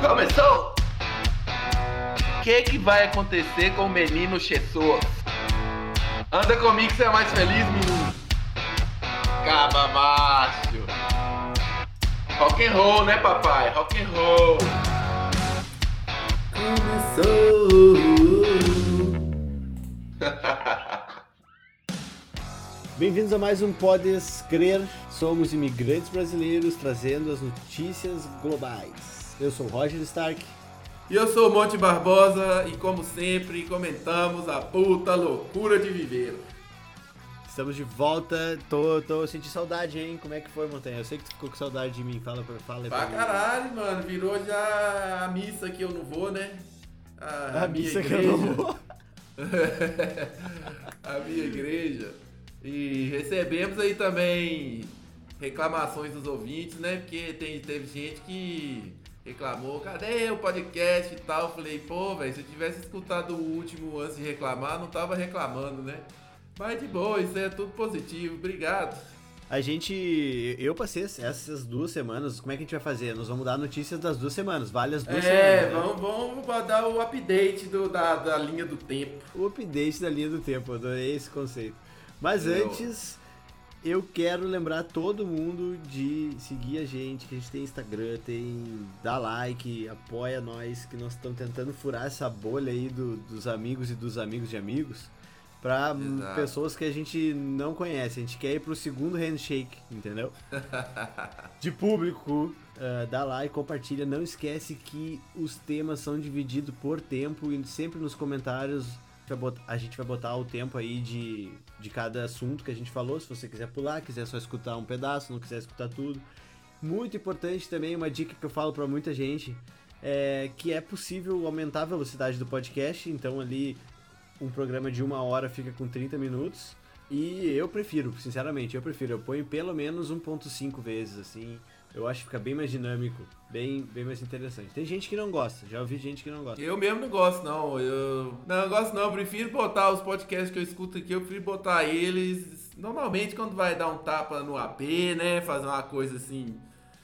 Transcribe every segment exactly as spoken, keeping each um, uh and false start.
Começou! O que que vai acontecer com o menino Jesus? Anda comigo que você é mais feliz, menino. Caba macho. Rock and roll, né, papai? Rock and roll. Começou. Bem-vindos a mais um Podes Crer. Somos imigrantes brasileiros trazendo as notícias globais. Eu sou o Roger Stark. E eu sou o Monte Barbosa e, como sempre, comentamos a puta loucura de viver. Estamos de volta. Tô, tô sentindo saudade, hein? Como é que foi, Montanha? Eu sei que tu ficou com saudade de mim. Fala pra, fala pra pra caralho, mim. Mano. Virou já a missa que eu não vou, né? A, a missa igreja. que eu não vou. A minha igreja. E recebemos aí também reclamações dos ouvintes, né? Porque tem, teve gente que reclamou, cadê o podcast e tal? Eu falei, pô, velho, se eu tivesse escutado o último antes de reclamar, não tava reclamando, né? Mas de boa, isso é tudo positivo, obrigado. A gente, eu passei essas duas semanas, como é que a gente vai fazer? Nós vamos dar notícias das duas semanas, vale as duas é, semanas. É, vamos, vamos dar o update do, da, da linha do tempo. O update da linha do tempo, adorei esse conceito. Mas eu... antes, eu quero lembrar todo mundo de seguir a gente, que a gente tem Instagram, tem dá like, apoia nós, que nós estamos tentando furar essa bolha aí do, dos amigos e dos amigos de amigos, para pessoas que a gente não conhece. A gente quer ir pro segundo handshake, entendeu? De público, uh, dá like, compartilha. Não esquece que os temas são divididos por tempo e sempre nos comentários a gente vai botar o tempo aí de, de cada assunto que a gente falou. Se você quiser pular, quiser só escutar um pedaço, não quiser escutar tudo. Muito importante também, uma dica que eu falo pra muita gente, é que é possível aumentar a velocidade do podcast. Então ali um programa de uma hora fica com trinta minutos. E eu prefiro, sinceramente, eu prefiro. Eu ponho pelo menos um ponto cinco vezes, assim. Eu acho que fica bem mais dinâmico, bem, bem mais interessante. Tem gente que não gosta, já ouvi gente que não gosta. Eu mesmo não gosto, não. Eu não eu gosto, não. Eu prefiro botar os podcasts que eu escuto aqui, eu prefiro botar eles normalmente quando vai dar um tapa no A P, né? Fazer uma coisa assim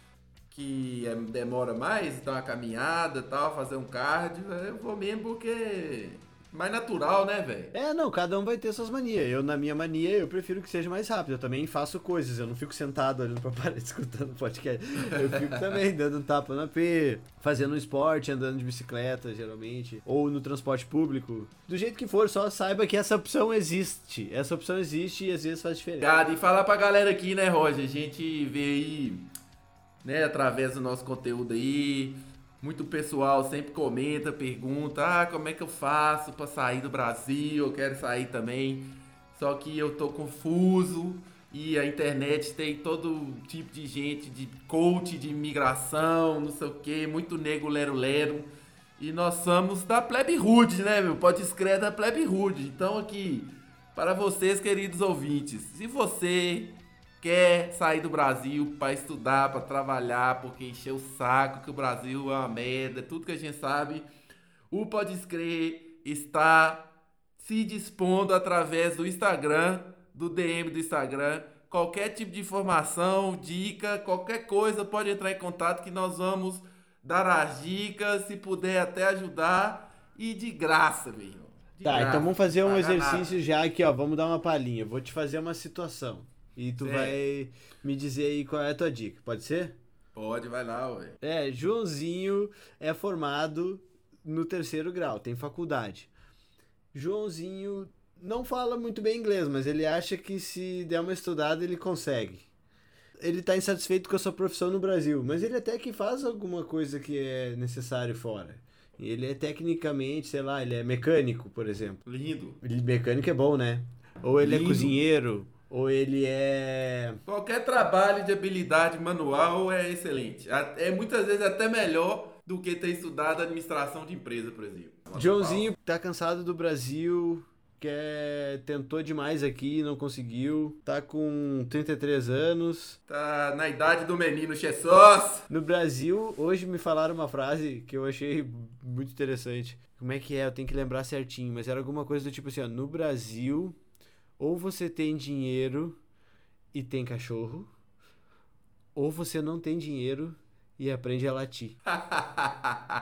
que é, demora mais, dar uma caminhada e tal, fazer um cardio. Eu vou mesmo porque mais natural, né, velho? É, não, cada um vai ter suas manias. Eu, na minha mania, eu prefiro que seja mais rápido. Eu também faço coisas, eu não fico sentado olhando pra parede escutando podcast. Eu fico também dando um tapa na P, fazendo um esporte, andando de bicicleta, geralmente, ou no transporte público. Do jeito que for, só saiba que essa opção existe. Essa opção existe e às vezes faz diferença. Cara, e falar pra galera aqui, né, Roger? A gente vê aí, né, através do nosso conteúdo aí, muito pessoal sempre comenta, pergunta, ah, como é que eu faço pra sair do Brasil? Eu quero sair também, só que eu tô confuso e a internet tem todo tipo de gente, de coach de imigração, não sei o que, muito nego lero-lero, e nós somos da Plebe Rude, né, meu? Pode escrever da Plebe Rude. Então aqui, para vocês, queridos ouvintes, se você quer sair do Brasil para estudar, para trabalhar, porque encheu o saco que o Brasil é uma merda, tudo que a gente sabe, o Pode Escrever está se dispondo através do Instagram, do D M do Instagram, qualquer tipo de informação, dica, qualquer coisa, pode entrar em contato que nós vamos dar as dicas, se puder até ajudar, e de graça, meu irmão. De tá, graça, então vamos fazer um exercício nada. já aqui, ó, vamos dar uma palhinha. Vou te fazer uma situação. E tu certo. Vai me dizer aí qual é a tua dica, pode ser? Pode, vai lá, ué. É, Joãozinho é formado no terceiro grau, tem faculdade. Joãozinho não fala muito bem inglês, mas ele acha que se der uma estudada ele consegue. Ele tá insatisfeito com a sua profissão no Brasil, mas ele até que faz alguma coisa que é necessário fora. Ele é tecnicamente, sei lá, ele é mecânico, por exemplo. Lindo. Ele, mecânico é bom, né? Ou ele Lindo. é cozinheiro... Ou ele é... Qualquer trabalho de habilidade manual é excelente. É muitas vezes até melhor do que ter estudado administração de empresa, por exemplo. Joãozinho tá cansado do Brasil, quer... tentou demais aqui, não conseguiu. Tá com trinta e três anos. Tá na idade do menino Jesus. No Brasil, hoje me falaram uma frase que eu achei muito interessante. Como é que é? Eu tenho que lembrar certinho, mas era alguma coisa do tipo assim, ó. No Brasil... Ou você tem dinheiro e tem cachorro, ou você não tem dinheiro e aprende a latir.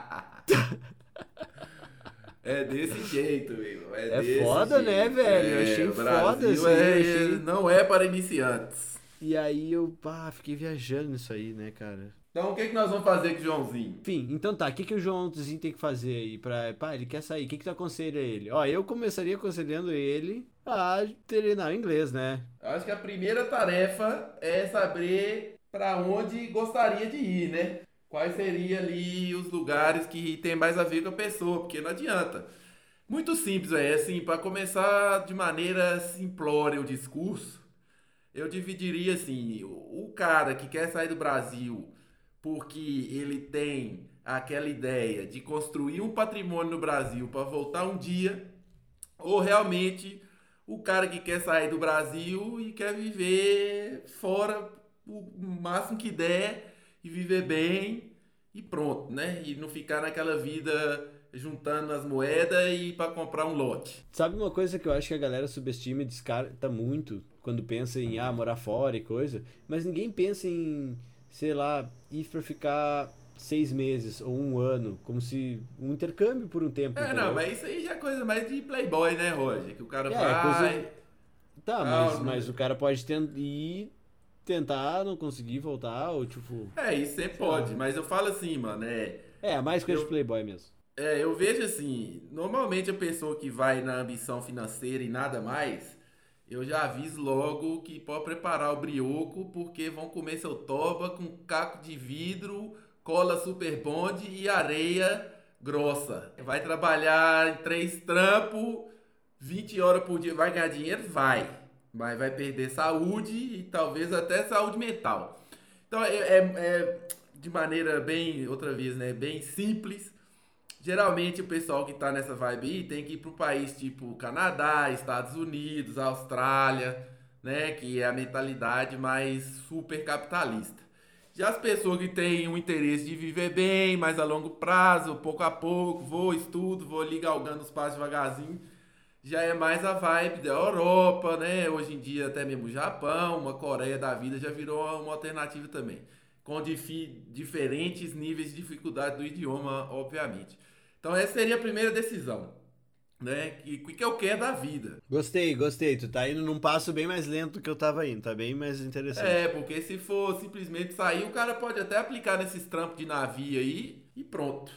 É desse jeito, meu. É, É desse foda, jeito. né, velho? Eu É, achei o foda, Brasil assim, é- achei- Não é para iniciantes. E aí eu, pá, fiquei viajando nisso aí, né, cara? Então o que, que nós vamos fazer com o Joãozinho? Enfim, então tá, o que, que o Joãozinho tem que fazer aí pra... Pá, ele quer sair, o que que tu aconselha ele? Ó, eu começaria aconselhando ele a treinar inglês, né? Eu acho que a primeira tarefa é saber para onde gostaria de ir, né? Quais seriam ali os lugares que tem mais a ver com a pessoa, porque não adianta. Muito simples, é assim, para começar de maneira simplória o discurso, eu dividiria assim, o o cara que quer sair do Brasil porque ele tem aquela ideia de construir um patrimônio no Brasil para voltar um dia, ou realmente o cara que quer sair do Brasil e quer viver fora o máximo que der e viver bem e pronto, né? E não ficar naquela vida juntando as moedas e para comprar um lote. Sabe uma coisa que eu acho que a galera subestima e descarta muito quando pensa em, ah, morar fora e coisa, mas ninguém pensa em, sei lá, ir pra ficar seis meses ou um ano, como se um intercâmbio por um tempo, É, entendeu? não, mas isso aí já é coisa mais de playboy, né, Roger? Que o cara É, vai... coisa- Tá, mas, Não, mas não- o cara pode ten- ir tentar, não conseguir voltar, ou tipo... É, isso sempre pode, mas eu falo assim, mano, é... É, mais coisa Eu- de playboy mesmo. É, eu vejo assim, normalmente a pessoa que vai na ambição financeira e nada mais, eu já aviso logo que pode preparar o brioco, porque vão comer seu toba com caco de vidro, cola super bonde e areia grossa. Vai trabalhar em três trampos, vinte horas por dia, vai ganhar dinheiro? Vai. Mas vai perder saúde e talvez até saúde mental. Então é, é- é de maneira bem, outra vez, né, bem simples. Geralmente o pessoal que tá nessa vibe aí tem que ir para um país tipo Canadá, Estados Unidos, Austrália, né? Que é a mentalidade mais super capitalista. Já as pessoas que têm um interesse de viver bem, mais a longo prazo, pouco a pouco, vou, estudo, vou ali galgando os passos devagarzinho, já é mais a vibe da Europa, né? Hoje em dia até mesmo o Japão, uma Coreia da vida já virou uma alternativa também. Com difi- diferentes níveis de dificuldade do idioma, obviamente. Então essa seria a primeira decisão, né? Que que eu quero da vida. Gostei, gostei. Tu tá indo num passo bem mais lento do que eu tava indo, tá bem mais interessante. É, porque se for simplesmente sair, o cara pode até aplicar nesses trampos de navio aí e pronto,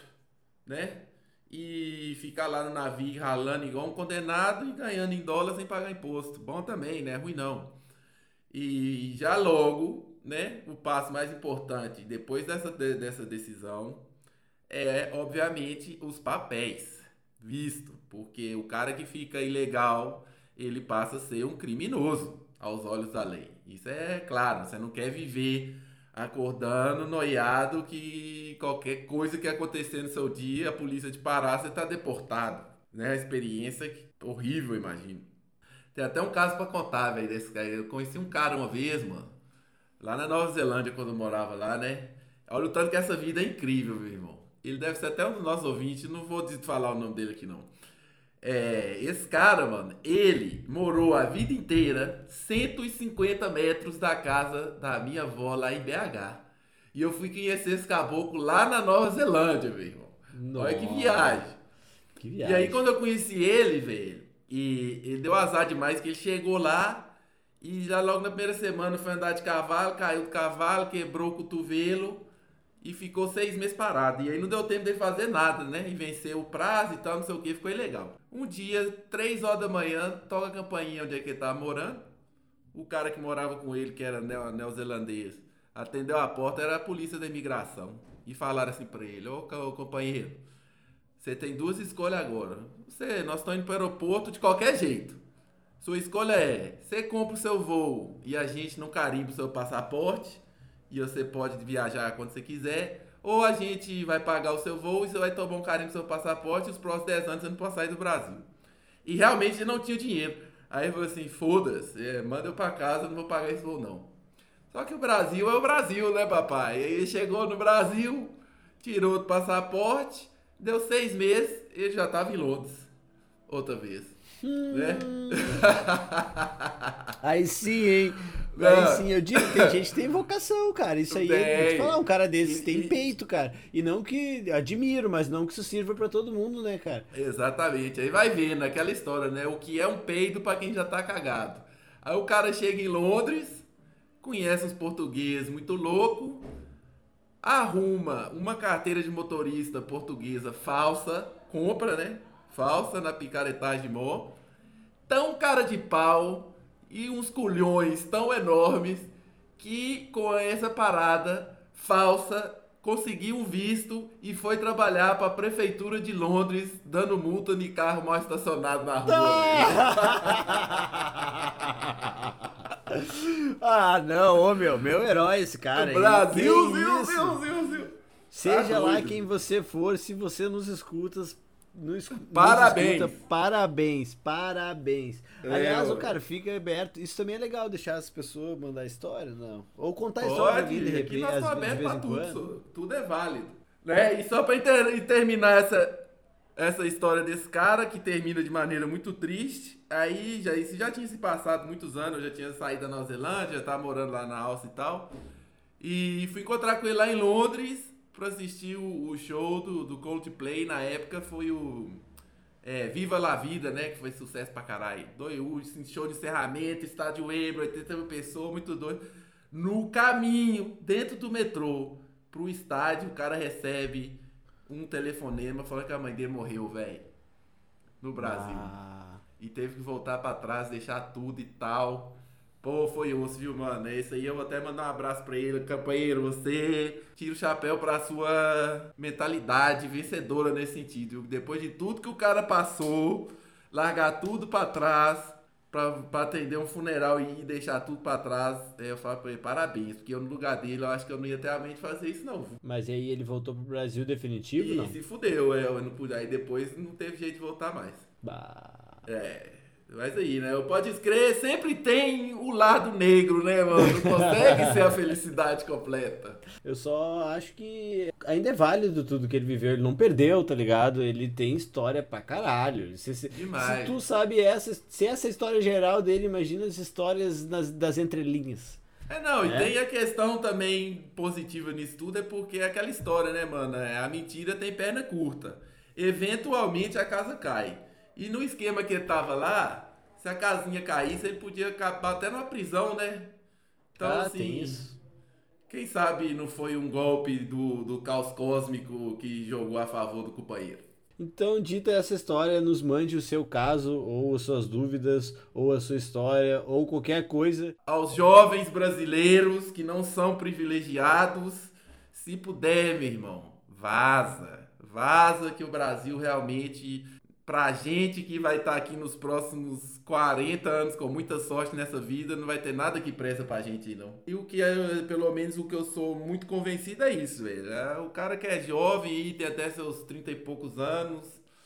né? E ficar lá no navio ralando igual um condenado e ganhando em dólar sem pagar imposto. Bom também, né? Ruim não. E já logo, né? O passo mais importante depois dessa, de- dessa decisão é, obviamente, os papéis. Visto, porque o cara que fica ilegal, ele passa a ser um criminoso aos olhos da lei. Isso é claro, você não quer viver acordando, noiado, que qualquer coisa que acontecer no seu dia, a polícia te parar, você tá deportado. Né? A experiência que- horrível, imagino. Tem até um caso pra contar, velho, desse cara. Eu conheci um cara uma vez, mano, lá na Nova Zelândia, quando eu morava lá, né? Olha o tanto que essa vida é incrível, meu irmão. Ele deve ser até um dos nossos ouvintes, não vou dizer- falar o nome dele aqui, não. É, esse cara, mano, ele morou a vida inteira cento e cinquenta metros da casa da minha avó lá em B H. E eu fui conhecer esse caboclo lá na Nova Zelândia, meu irmão. Olha que Nossa, viagem. Que E viagem. aí quando eu conheci ele, velho, e ele deu azar demais que ele chegou lá e já logo na primeira semana foi andar de cavalo, caiu do cavalo, quebrou o cotovelo e ficou seis meses parado. E aí não deu tempo dele fazer nada, né? E venceu o prazo e tal, não sei o que, ficou ilegal. Um dia, três horas da manhã, toca a campainha onde é que ele tava morando. O cara que morava com ele, que era neo- neozelandês, atendeu a porta, era a polícia da imigração. E falaram assim pra ele: ô co- companheiro, você tem duas escolhas agora. Você, nós estamos indo para o aeroporto de qualquer jeito. Sua escolha é: você compra o seu voo e a gente não carimba o seu passaporte e você pode viajar quando você quiser, ou a gente vai pagar o seu voo e você vai tomar um carimbo do seu passaporte e os próximos dez anos você não pode sair do Brasil. E realmente ele não tinha dinheiro. Aí ele falou assim: foda-se, é, manda eu pra casa, eu não vou pagar esse voo não. Só que o Brasil é o Brasil, né, papai? E aí ele chegou no Brasil, tirou o passaporte, deu seis meses, ele já tava em Londres. Outra vez. Né? Aí sim, hein? Aí sim, eu digo, tem gente que tem vocação, cara. Isso aí, é, vou te falar, um cara desses tem peito, cara. E não que, admiro, mas não que isso sirva pra todo mundo, né, cara? Exatamente. Aí vai vendo aquela história, né? O que é um peido pra quem já tá cagado. Aí o cara chega em Londres, conhece uns portugueses muito louco, arruma uma carteira de motorista portuguesa falsa, compra, né? Falsa na picaretagem mó. Tão cara de pau e uns culhões tão enormes que com essa parada falsa conseguiu um visto e foi trabalhar para a prefeitura de Londres dando multa de carro mal estacionado na rua. Ah, não, ô meu, meu herói esse cara. Brasil, Brasil, Brasil, Brasil. Seja tá lá doido. Quem você for, se você nos escuta, nos, parabéns. Nos escuta, parabéns, parabéns. É, aliás, o cara fica aberto. Isso também é legal, deixar as pessoas mandar história, não? Ou contar Pode, história de repente, aqui nós estamos abertos para tudo, quando. Tudo é válido. Né? E só para inter- terminar essa, essa história desse cara, que termina de maneira muito triste, aí já, isso já tinha se passado muitos anos, eu já tinha saído da Nova Zelândia, já estava morando lá na Áustria e tal, e fui encontrar com ele lá em Londres para assistir o, o show do, do Coldplay. Na época foi o é, Viva La Vida, né, que foi sucesso pra caralho. Doiu, show de encerramento, estádio Wembley, oitenta mil pessoas, muito doido. No caminho, dentro do metrô, pro estádio, o cara recebe um telefonema falando que a mãe dele morreu, velho, no Brasil. Ah. E teve que voltar pra trás, deixar tudo e tal. Pô, foi osso, viu, mano? Esse aí eu vou até mandar um abraço pra ele. Companheiro, você tira o chapéu pra sua mentalidade vencedora nesse sentido. Depois de tudo que o cara passou, largar tudo pra trás pra, pra atender um funeral e deixar tudo pra trás, eu falo pra ele, parabéns. Porque eu, no lugar dele, eu acho que eu não ia ter a mente de fazer isso, não. Mas aí ele voltou pro Brasil definitivo, e não? E se fudeu, eu não pude. Aí depois não teve jeito de voltar mais. Bah... É... Mas aí, né? O Pode Crer sempre tem o lado negro, né, mano? Não consegue ser a felicidade completa. Eu só acho que ainda é válido tudo que ele viveu. Ele não perdeu, tá ligado? Ele tem história pra caralho. Se, se, Demais. Se tu sabe essa, se essa é a história geral dele, imagina as histórias nas, das entrelinhas. É, não, e é. tem a questão também positiva nisso tudo, é porque é aquela história, né, mano? A mentira tem perna curta. Eventualmente a casa cai. E no esquema que ele tava lá, se a casinha caísse, ele podia acabar até numa prisão, né? Então, ah, assim, tem isso. Quem sabe não foi um golpe do, do caos cósmico que jogou a favor do companheiro. Então, dita essa história, nos mande o seu caso, ou as suas dúvidas, ou a sua história, ou qualquer coisa. Aos jovens brasileiros que não são privilegiados, se puder, meu irmão, vaza. Vaza que o Brasil realmente... Pra gente que vai estar aqui nos próximos quarenta anos com muita sorte nessa vida, não vai ter nada que presta pra gente, não. E o que é, pelo menos o que eu sou muito convencido é isso, velho. É, o cara que é jovem e tem até seus trinta e poucos anos,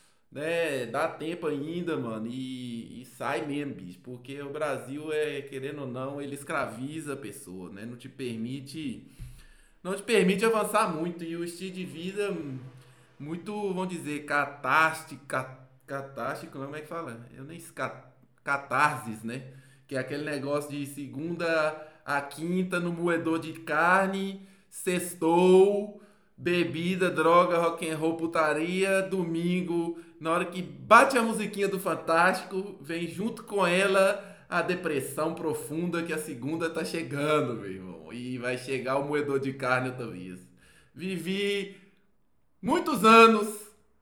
né, dá tempo ainda, mano, e, e sai mesmo, bicho. Porque o Brasil, é, querendo ou não, ele escraviza a pessoa, né, não te permite, não te permite avançar muito. E o estilo de vida muito, vamos dizer, catástrofe, Catástrofe, como é que fala? Eu nem catarses, né? Que é aquele negócio de segunda a quinta no moedor de carne, sextou, bebida, droga, rock and roll, putaria, domingo, na hora que bate a musiquinha do Fantástico, vem junto com ela a depressão profunda que a segunda tá chegando, meu irmão. E vai chegar o moedor de carne outra vez. Vivi muitos anos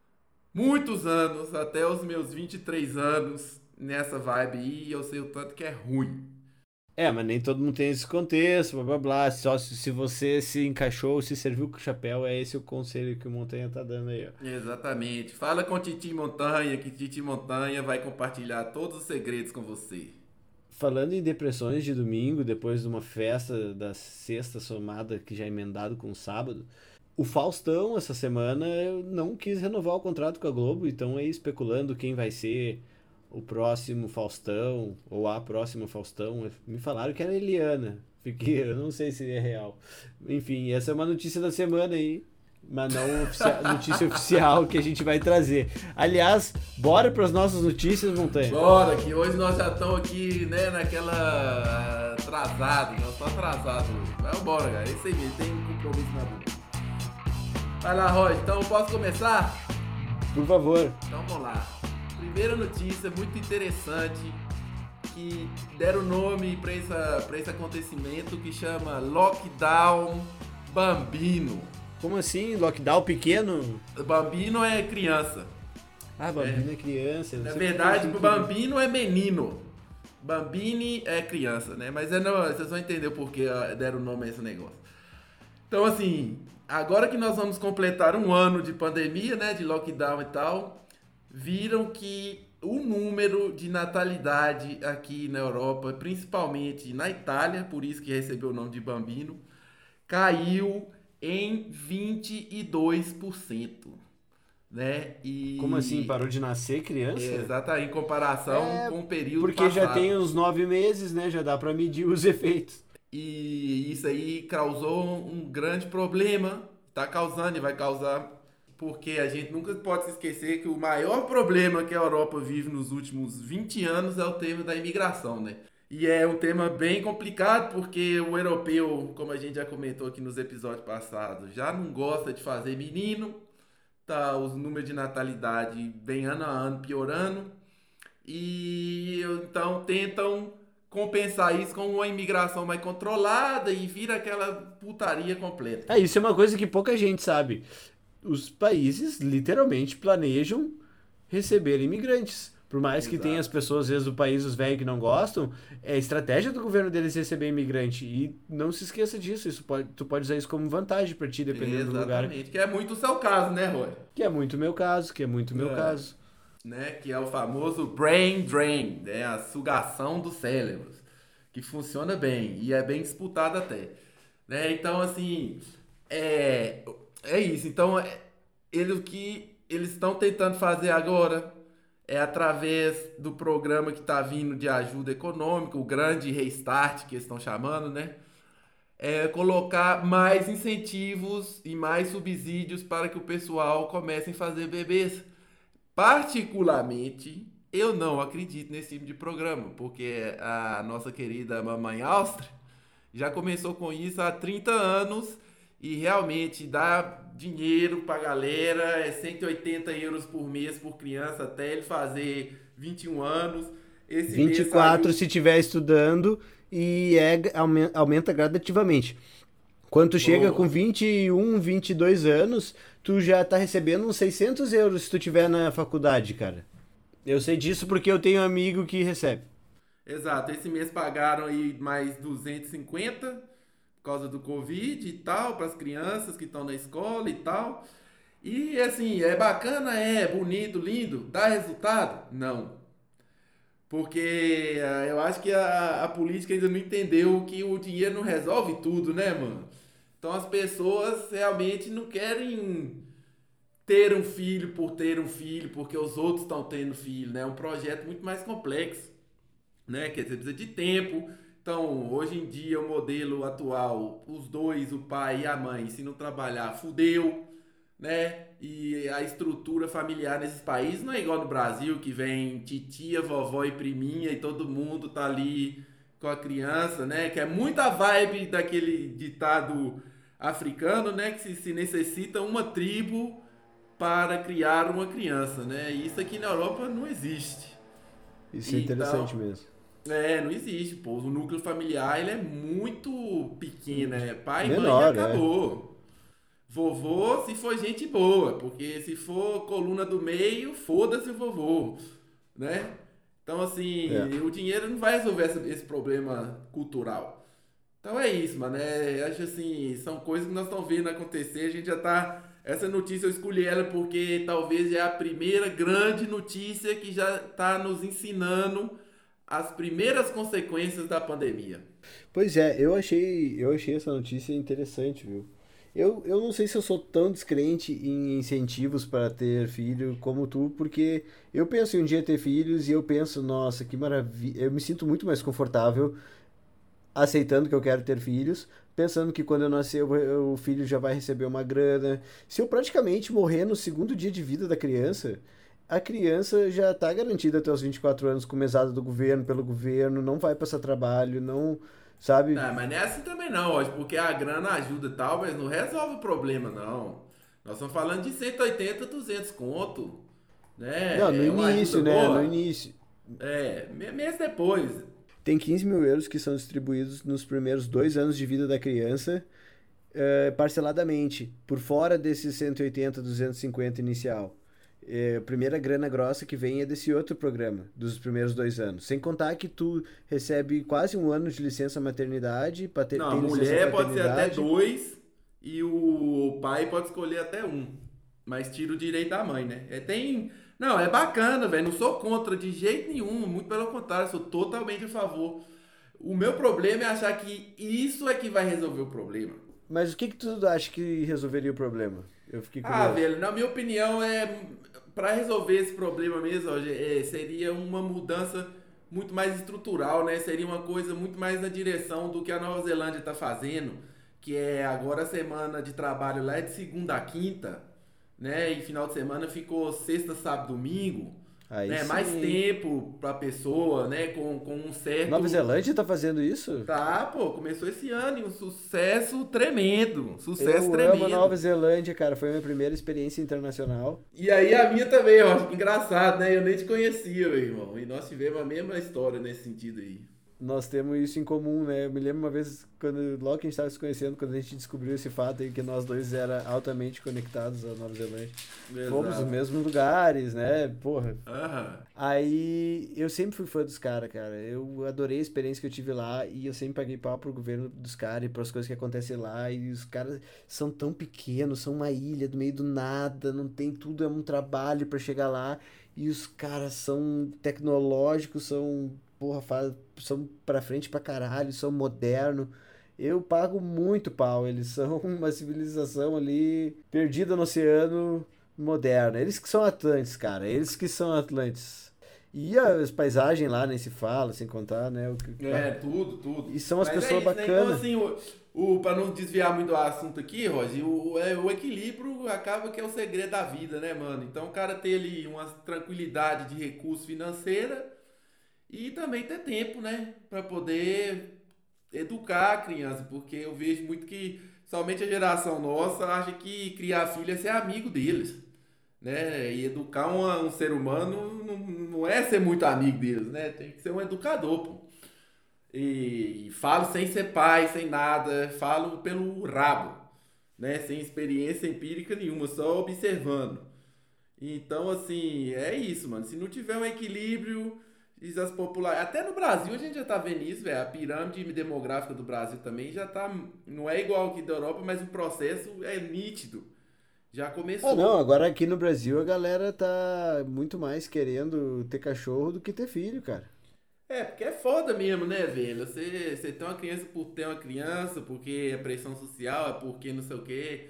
Muitos anos, até os meus vinte e três anos, nessa vibe aí, e eu sei o tanto que é ruim. É, mas nem todo mundo tem esse contexto, blá blá blá. Só se, se você se encaixou, se serviu com o chapéu, é esse o conselho que o Montanha tá dando aí, ó. Exatamente. Fala com Titi Montanha, que Titi Montanha vai compartilhar todos os segredos com você. Falando em depressões de domingo, depois de uma festa da sexta somada, que já é emendado com o sábado, o Faustão, essa semana, não quis renovar o contrato com a Globo, então aí especulando quem vai ser o próximo Faustão, ou a próxima Faustão. Me falaram que era a Eliana, porque eu não sei se é real. Enfim, essa é uma notícia da semana aí, mas não oficia- notícia oficial que a gente vai trazer. Aliás, bora para as nossas notícias, Montanha? Bora, que hoje nós já estamos aqui, né, naquela atrasado, nós estamos atrasados hoje. Vai embora, cara. É isso aí mesmo, tem um compromisso na boca. Vai lá, Roger. Então, posso começar? Por favor. Então, vamos lá. Primeira notícia muito interessante que deram nome para essa, para esse acontecimento que chama Lockdown Bambino. Como assim? Lockdown pequeno? Bambino é criança. Ah, Bambino é, é criança. Na verdade, o Bambino é menino. Bambini é criança, né? Mas é, não, vocês vão entender o porquê deram o nome a esse negócio. Então, assim, agora que nós vamos completar um ano de pandemia, né? De lockdown e tal, viram que o número de natalidade aqui na Europa, principalmente na Itália, por isso que recebeu o nome de Bambino, caiu em vinte e dois por cento. Né? E... Como assim? Parou de nascer criança? É, exatamente, em comparação é, com o período porque passado. Já tem uns nove meses, né? Já dá para medir os efeitos. E isso aí causou um grande problema. Tá causando e vai causar, porque a gente nunca pode se esquecer que o maior problema que a Europa vive nos últimos vinte anos é o tema da imigração, né? E é um tema bem complicado, porque o europeu, como a gente já comentou aqui nos episódios passados, já não gosta de fazer menino. Tá, os números de natalidade vem ano a ano piorando e então tentam compensar isso com uma imigração mais controlada e vira aquela putaria completa. É, isso é uma coisa que pouca gente sabe. Os países literalmente planejam receber imigrantes. Por mais Exato. Que tenha as pessoas, às vezes, do país, os velhos que não gostam, é a estratégia do governo deles receber imigrante. E não se esqueça disso, isso pode, tu pode usar isso como vantagem pra ti, dependendo Exatamente. do lugar. Exatamente, que é muito o seu caso, né, Roy? Que é muito o meu caso, que é muito o meu é. caso. Né? Que é o famoso brain drain, né? A sugação dos cérebros, que funciona bem e é bem disputado até. Né? Então, assim, é, é isso. Então, é, ele, o que eles estão tentando fazer agora é através do programa que está vindo de ajuda econômica, o grande restart que eles estão chamando, né? É colocar mais incentivos e mais subsídios para que o pessoal comece a fazer bebês. Particularmente, eu não acredito nesse tipo de programa, porque a nossa querida mamãe Áustria já começou com isso há trinta anos e realmente dá dinheiro pra galera, é cento e oitenta euros por mês por criança até ele fazer vinte e um anos. Esse vinte e quatro mês se estiver estudando e é, aumenta gradativamente. Quando tu chega oh. com vinte e um, vinte e dois anos, tu já tá recebendo uns seiscentos euros se tu tiver na faculdade, cara. Eu sei disso porque eu tenho um amigo que recebe. Exato, esse mês pagaram aí mais duzentos e cinquenta por causa do Covid e tal, para as crianças que estão na escola e tal. E assim, é bacana, é bonito, lindo, dá resultado? Não. Porque uh, eu acho que a, a política ainda não entendeu que o dinheiro não resolve tudo, né, mano? Então as pessoas realmente não querem ter um filho por ter um filho, porque os outros estão tendo filho, né? É um projeto muito mais complexo, né? Quer dizer, precisa de tempo. Então, hoje em dia, o modelo atual, os dois, o pai e a mãe, se não trabalhar, fudeu, né? E a estrutura familiar nesses países não é igual no Brasil, que vem titia, vovó e priminha e todo mundo tá ali com a criança, né? Que é muita vibe daquele ditado africano, né? Que se, se necessita uma tribo para criar uma criança, né? E isso aqui na Europa não existe. Isso é interessante então, mesmo. É, não existe, pô. O núcleo familiar, ele é muito pequeno, né? Pai e Menor, mãe acabou. É. Vovô, se for gente boa, porque se for coluna do meio, foda-se o vovô, né? Então, assim, é. o dinheiro não vai resolver esse, esse problema cultural. Então é isso, mano. É, acho assim, são coisas que nós estamos vendo acontecer. A gente já tá... Essa notícia eu escolhi ela porque talvez é a primeira grande notícia que já tá nos ensinando as primeiras consequências da pandemia. Pois é, eu achei, eu achei essa notícia interessante, viu? Eu, eu não sei se eu sou tão descrente em incentivos para ter filho como tu, porque eu penso em um dia ter filhos e eu penso, nossa, que maravilha, eu me sinto muito mais confortável aceitando que eu quero ter filhos, pensando que quando eu nascer o filho já vai receber uma grana. Se eu praticamente morrer no segundo dia de vida da criança, a criança já está garantida até os vinte e quatro anos com mesada do governo, pelo governo, não vai passar trabalho, não, sabe? Não, mas não é assim também não, hoje, porque a grana ajuda e tal, mas não resolve o problema, não. Nós estamos falando de cento e oitenta, duzentos conto, né? Não, no É uma início, ajuda né? boa. No início. É, me- mês depois. Tem quinze mil euros que são distribuídos nos primeiros dois anos de vida da criança, eh, parceladamente, por fora desses cento e oitenta, duzentos e cinquenta inicial. É, a primeira grana grossa que vem é desse outro programa, dos primeiros dois anos. Sem contar que tu recebe quase um ano de licença maternidade, pater... Não, a tem licença mulher pode ser até paternidade. dois e o pai pode escolher até um. Mas tira o direito da mãe, né? É, tem... Não, é bacana, velho. Não sou contra de jeito nenhum. Muito pelo contrário, sou totalmente a favor. O meu problema é achar que isso é que vai resolver o problema. Mas o que que tu acha que resolveria o problema? Eu fiquei curioso. Ah, velho, na minha opinião, é para resolver esse problema mesmo, ó, é, seria uma mudança muito mais estrutural, né? Seria uma coisa muito mais na direção do que a Nova Zelândia está fazendo, que é agora a semana de trabalho lá é de segunda a quinta, né? E final de semana ficou sexta, sábado, domingo. Aí Né? sim. Mais tempo pra pessoa, né? Com, com um certo. Nova Zelândia tá fazendo isso? Tá, pô, começou esse ano e um sucesso tremendo. Sucesso Eu tremendo. amo a Nova Zelândia, cara. Foi a minha primeira experiência internacional. E aí a minha também, ó, que engraçado, né? Eu nem te conhecia, meu irmão. E nós tivemos a mesma história nesse sentido aí. Nós temos isso em comum, né? Eu me lembro uma vez, quando, logo que a gente estava se conhecendo, quando a gente descobriu esse fato aí, que nós dois era altamente conectados à Nova Zelândia. Exato. Fomos nos mesmos lugares, né? Porra. Aham. Aí eu sempre fui fã dos caras, cara. Eu adorei a experiência que eu tive lá e eu sempre paguei pau pro governo dos caras e pras coisas que acontecem lá. E os caras são tão pequenos, são uma ilha do meio do nada, não tem tudo, é um trabalho pra chegar lá. E os caras são tecnológicos, são, porra, faz, são pra frente pra caralho, são modernos. Eu pago muito pau, eles são uma civilização ali perdida no oceano moderno. Eles que são Atlantes, cara, eles que são Atlantes. E as paisagens lá nem se fala, sem contar, né? O que... É, tudo, tudo. E são as Mas pessoas é isso, né? Então, bacanas. assim, o, o, pra não desviar muito do assunto aqui, Roger, o, é, o equilíbrio acaba que é o segredo da vida, né, mano? Então o cara ter ali uma tranquilidade de recurso financeira e também ter tempo, né? Pra poder educar a criança, porque eu vejo muito que somente a geração nossa acha que criar filho é ser amigo deles, né? E educar uma, um ser humano não, não é ser muito amigo deles, né? Tem que ser um educador, pô. E, e falo sem ser pai, sem nada, falo pelo rabo, né? Sem experiência empírica nenhuma, só observando. Então, assim, é isso, mano. Se não tiver um equilíbrio, diz as populares. Até no Brasil a gente já tá vendo isso, velho. A pirâmide demográfica do Brasil também já tá. Não é igual aqui da Europa, mas o processo é nítido. Já começou. Ah, não, agora aqui no Brasil a galera tá muito mais querendo ter cachorro do que ter filho, cara. É, porque é foda mesmo, né, velho? Você, você tem uma criança por ter uma criança, porque é pressão social, é porque não sei o quê.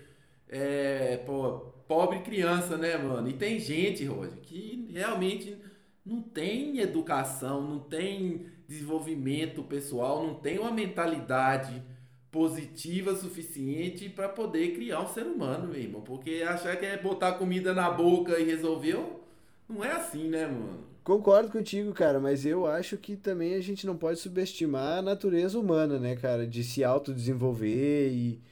É, pô, pobre criança, né, mano? E tem gente, Roger, que realmente não tem educação, não tem desenvolvimento pessoal, não tem uma mentalidade positiva suficiente para poder criar um ser humano, meu irmão. Porque achar que é botar comida na boca e resolveu, não é assim, né, mano? Concordo contigo, cara, mas eu acho que também a gente não pode subestimar a natureza humana, né, cara, de se autodesenvolver e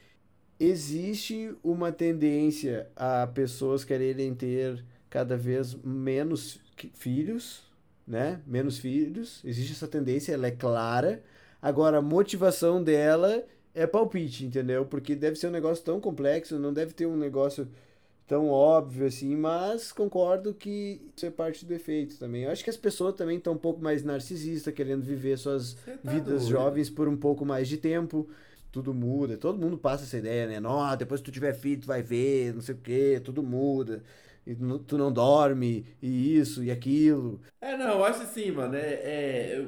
existe uma tendência a pessoas quererem ter cada vez menos que- filhos, né? Menos filhos. Existe essa tendência, ela é clara. Agora, a motivação dela é palpite, entendeu? Porque deve ser um negócio tão complexo, não deve ter um negócio tão óbvio assim, mas concordo que isso é parte do efeito também. Eu acho que as pessoas também estão um pouco mais narcisistas, querendo viver suas Você tá vidas doido. jovens por um pouco mais de tempo. Tudo muda, todo mundo passa essa ideia, né? Não, depois que tu tiver filho, tu vai ver, não sei o quê, tudo muda. E nu- tu não dorme, e isso, e aquilo. É, não, eu acho assim, mano, é, é,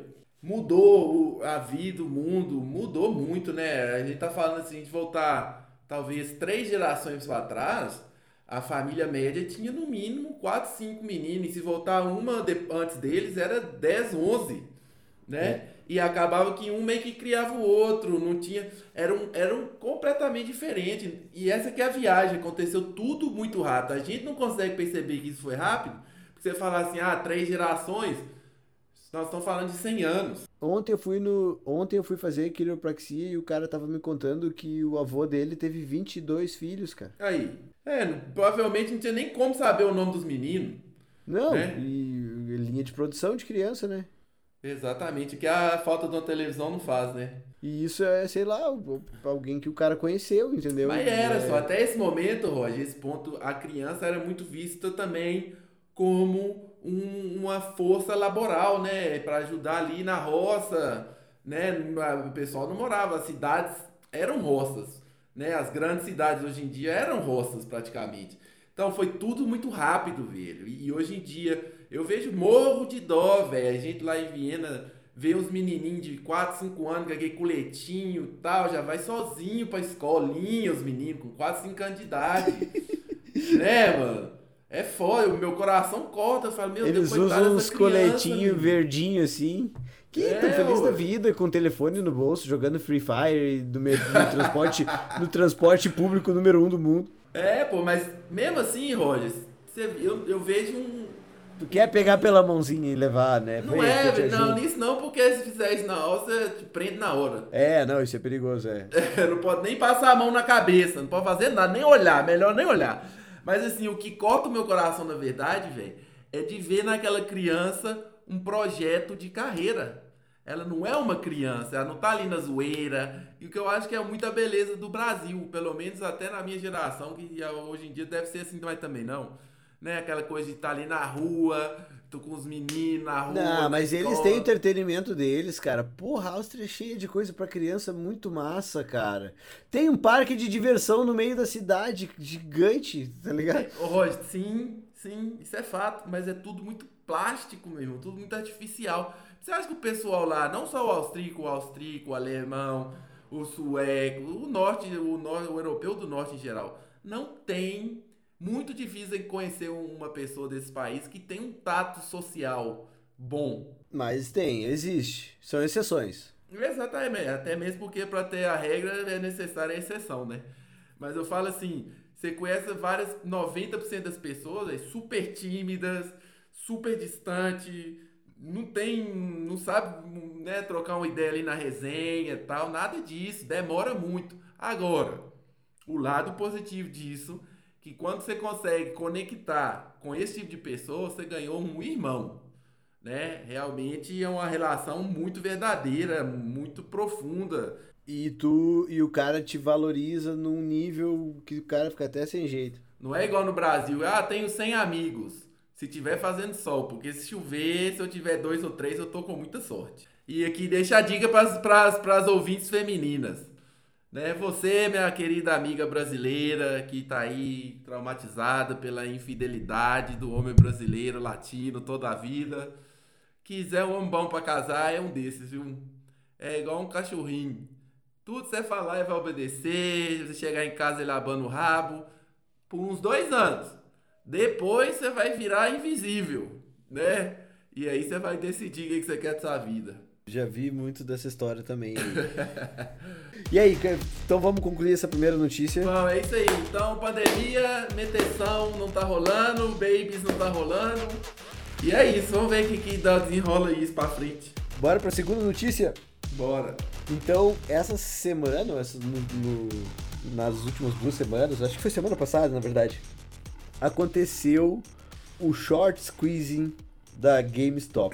mudou o- a vida, o mundo, mudou muito, né? A gente tá falando assim, de voltar talvez três gerações para trás, a família média tinha no mínimo quatro, cinco meninos, e se voltar uma de- antes deles era dez, onze, né? E acabava que um meio que criava o outro, não tinha, era um, era um completamente diferente. E essa que é a viagem, aconteceu tudo muito rápido. A gente não consegue perceber que isso foi rápido, porque você fala assim, ah, três gerações, Nós estamos falando de cem anos. Ontem eu fui no, ontem eu fui fazer quiropraxia e o cara tava me contando que o avô dele teve vinte e dois filhos, cara. Aí. É, provavelmente não tinha nem como saber o nome dos meninos. Não, né? E linha de produção de criança, né? Exatamente, que a falta de uma televisão não faz, né? E isso é, sei lá, alguém que o cara conheceu, entendeu? Mas era é... só, até esse momento, Roger, esse ponto, a criança era muito vista também como um, uma força laboral, né? Para ajudar ali na roça, né? O pessoal não morava, as cidades eram roças, né? As grandes cidades hoje em dia eram roças praticamente. Então foi tudo muito rápido, velho. E hoje em dia eu vejo morro de dó, velho. A gente lá em Viena vê uns menininhos de quatro, cinco anos com aquele coletinho e tal, já vai sozinho pra escolinha, os meninos, com quatro, cinco anos de idade. Né, mano? É foda, o meu coração corta. Eu falo, meu Eles Deus, coitada usam dessa uns criança, coletinhos meu. verdinhos assim. Que É, tão feliz ué. da vida, com o telefone no bolso, jogando Free Fire no, me- no transporte, no transporte público número um do mundo. É, pô, mas mesmo assim, Roger, você- eu, eu vejo um. Tu quer pegar pela mãozinha e levar, né? Não Vem, é, eu te não, ajudo. nisso não, porque se fizer isso na hora, você te prende na hora. É, não, isso é perigoso, é. Não pode nem passar a mão na cabeça, não pode fazer nada, nem olhar, melhor nem olhar. Mas assim, o que corta o meu coração, na verdade, velho, é de ver naquela criança um projeto de carreira. Ela não é uma criança, ela não tá ali na zoeira. E o que eu acho que é muita beleza do Brasil, pelo menos até na minha geração, que hoje em dia deve ser assim, mas também não. Né? Aquela coisa de estar ali na rua, tô com os meninos na rua. Não, na mas eles escola. têm o entretenimento deles, cara. Porra, a Áustria é cheia de coisa pra criança muito massa, cara. Tem um parque de diversão no meio da cidade, gigante, tá ligado? Ô, Roger, sim, sim, isso é fato, mas é tudo muito plástico, meu irmão, tudo muito artificial. Você acha que o pessoal lá, não só o austríaco, o austríaco, o alemão, o sueco, o norte, o, norte, o europeu do norte em geral, não tem muito difícil em conhecer uma pessoa desse país que tem um tato social bom. Mas tem, existe. São exceções. Exatamente, até mesmo porque para ter a regra é necessária a exceção, né? Mas eu falo assim, você conhece várias, noventa por cento das pessoas é super tímidas, super distantes, não tem, não sabe, né, trocar uma ideia ali na resenha e tal, nada disso, demora muito. Agora, o lado positivo disso, que quando você consegue conectar com esse tipo de pessoa, você ganhou um irmão, né? Realmente é uma relação muito verdadeira, muito profunda. E tu e o cara te valoriza num nível que o cara fica até sem jeito. Não é igual no Brasil, ah, tenho cem amigos, se tiver fazendo sol, porque se chover, se eu tiver dois ou três, eu tô com muita sorte. E aqui deixa a dica para as ouvintes femininas. Né? Você, minha querida amiga brasileira, que tá aí traumatizada pela infidelidade do homem brasileiro, latino, toda a vida, quiser um homem bom pra casar, é um desses, viu? É igual um cachorrinho. Tudo que você falar, ele vai obedecer, você chegar em casa ele abana o rabo, por uns dois anos. Depois você vai virar invisível, né? E aí você vai decidir o que você quer da sua vida. Já vi muito dessa história também. E aí, então vamos concluir essa primeira notícia. Bom, é isso aí. Então, pandemia, meteção não tá rolando, babies não tá rolando. E é isso, vamos ver o que, que dá, desenrola isso pra frente. Bora pra segunda notícia? Bora. Então, essa semana, essa, no, no, nas últimas duas semanas, acho que foi semana passada, na verdade, aconteceu o short squeezing da GameStop.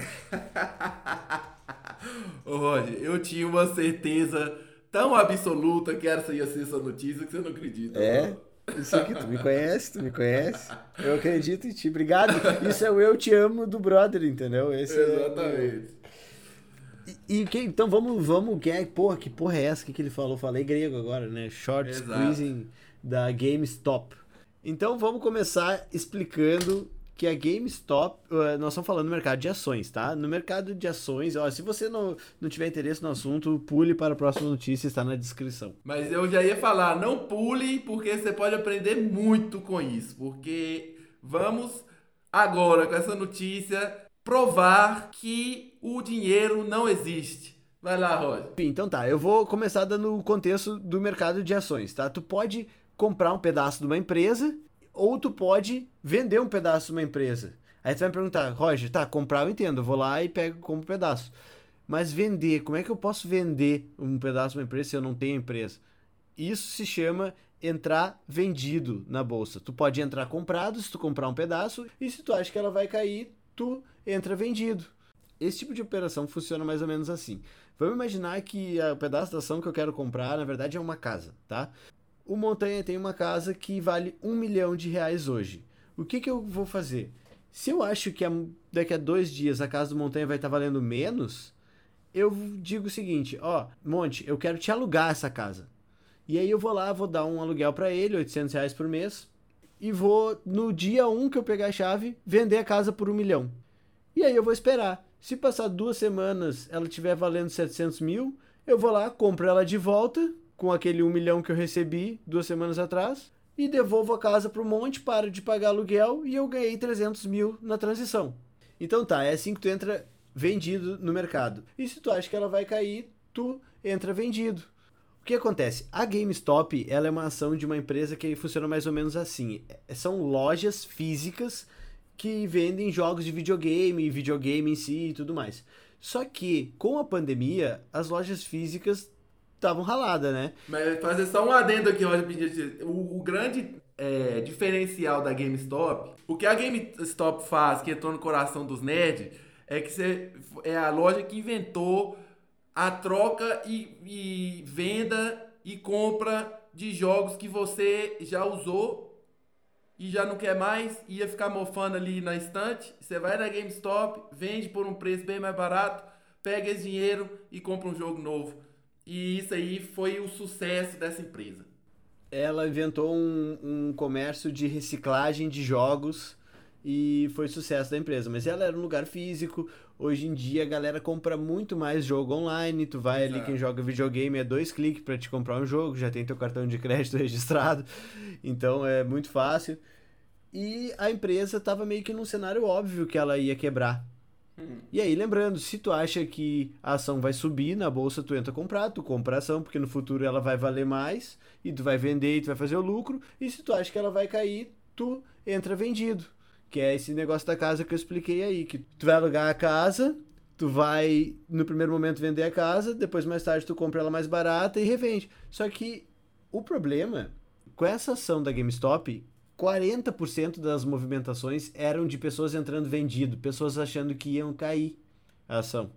Ô Roger, eu tinha uma certeza tão absoluta que essa ia ser essa notícia que você não acredita. É? Isso aqui, tu me conhece, tu me conhece. Eu acredito em ti. Obrigado. Isso é o eu te amo do brother, entendeu? Esse Exatamente. É... E, e que, então vamos, vamos, que é, porra, que porra é essa que, que ele falou? Falei grego agora, né? Short Exato. squeezing da GameStop. Então vamos começar explicando que a GameStop, nós estamos falando no mercado de ações, tá? No mercado de ações, ó, se você não, não tiver interesse no assunto, pule para a próxima notícia, está na descrição. Mas eu já ia falar, não pule, porque você pode aprender muito com isso. Porque vamos agora, com essa notícia, provar que o dinheiro não existe. Vai lá, Roger. Então tá, eu vou começar dando o contexto do mercado de ações, tá? Tu pode comprar um pedaço de uma empresa ou tu pode vender um pedaço de uma empresa. Aí tu vai me perguntar, Roger, tá, comprar eu entendo, eu vou lá e pego, compro um pedaço. Mas vender, como é que eu posso vender um pedaço de uma empresa se eu não tenho empresa? Isso se chama entrar vendido na bolsa. Tu pode entrar comprado se tu comprar um pedaço, e se tu acha que ela vai cair, tu entra vendido. Esse tipo de operação funciona mais ou menos assim. Vamos imaginar que o pedaço da ação que eu quero comprar, na verdade, é uma casa, tá? O Montanha tem uma casa que vale um milhão de reais hoje. O que que eu vou fazer? Se eu acho que daqui a dois dias a casa do Montanha vai estar valendo menos, eu digo o seguinte, ó, Monte, eu quero te alugar essa casa. E aí eu vou lá, vou dar um aluguel para ele, oitocentos reais por mês, e vou, no dia um que eu pegar a chave, vender a casa por um milhão. E aí eu vou esperar. Se passar duas semanas ela estiver valendo setecentos mil, eu vou lá, compro ela de volta, com aquele um milhão que eu recebi duas semanas atrás, e devolvo a casa pro Monte, paro de pagar aluguel e eu ganhei trezentos mil na transição. Então tá, é assim que tu entra vendido no mercado. E se tu acha que ela vai cair, tu entra vendido. O que acontece? A GameStop, ela é uma ação de uma empresa que funciona mais ou menos assim. São lojas físicas que vendem jogos de videogame, videogame em si e tudo mais. Só que, com a pandemia, as lojas físicas estavam raladas, né? Mas fazer só um adendo aqui, o, o grande é, diferencial da GameStop, o que a GameStop faz, que entrou no coração dos nerds, é que você, é a loja que inventou a troca e, e venda e compra de jogos que você já usou e já não quer mais, ia ficar mofando ali na estante. Você vai na GameStop, vende por um preço bem mais barato, pega esse dinheiro e compra um jogo novo. E isso aí foi o sucesso dessa empresa. Ela inventou um, um comércio de reciclagem de jogos e foi sucesso da empresa. Mas ela era um lugar físico. Hoje em dia a galera compra muito mais jogo online. Tu vai Exato. ali, quem joga videogame é dois cliques para te comprar um jogo, já tem teu cartão de crédito registrado. Então é muito fácil. E a empresa estava meio que num cenário óbvio que ela ia quebrar. E aí, lembrando, se tu acha que a ação vai subir na bolsa, tu entra comprar, tu compra a ação, porque no futuro ela vai valer mais, e tu vai vender e tu vai fazer o lucro, e se tu acha que ela vai cair, tu entra vendido, que é esse negócio da casa que eu expliquei aí, que tu vai alugar a casa, tu vai, no primeiro momento, vender a casa, depois mais tarde tu compra ela mais barata e revende. Só que o problema, com essa ação da GameStop, quarenta por cento das movimentações eram de pessoas entrando vendido, pessoas achando que iam cair a ação.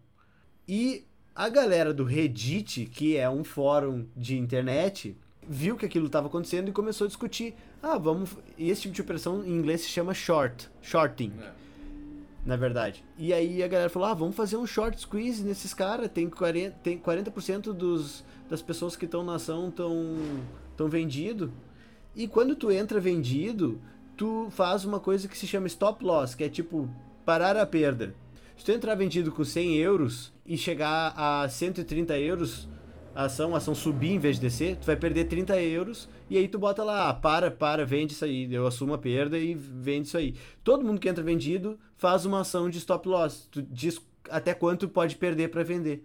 E a galera do Reddit, que é um fórum de internet, viu que aquilo estava acontecendo e começou a discutir. Ah, vamos... E esse tipo de operação em inglês se chama short, shorting, é. na verdade. E aí a galera falou, ah, vamos fazer um short squeeze nesses caras, tem quarenta, tem quarenta por cento dos, das pessoas que estão na ação estão tão vendido. E quando tu entra vendido, tu faz uma coisa que se chama stop loss, que é tipo parar a perda. Se tu entrar vendido com cem euros e chegar a cento e trinta euros a ação, a ação subir em vez de descer, tu vai perder trinta euros e aí tu bota lá, ah, para, para, vende isso aí, eu assumo a perda e vende isso aí. Todo mundo que entra vendido faz uma ação de stop loss, tu diz até quanto pode perder para vender.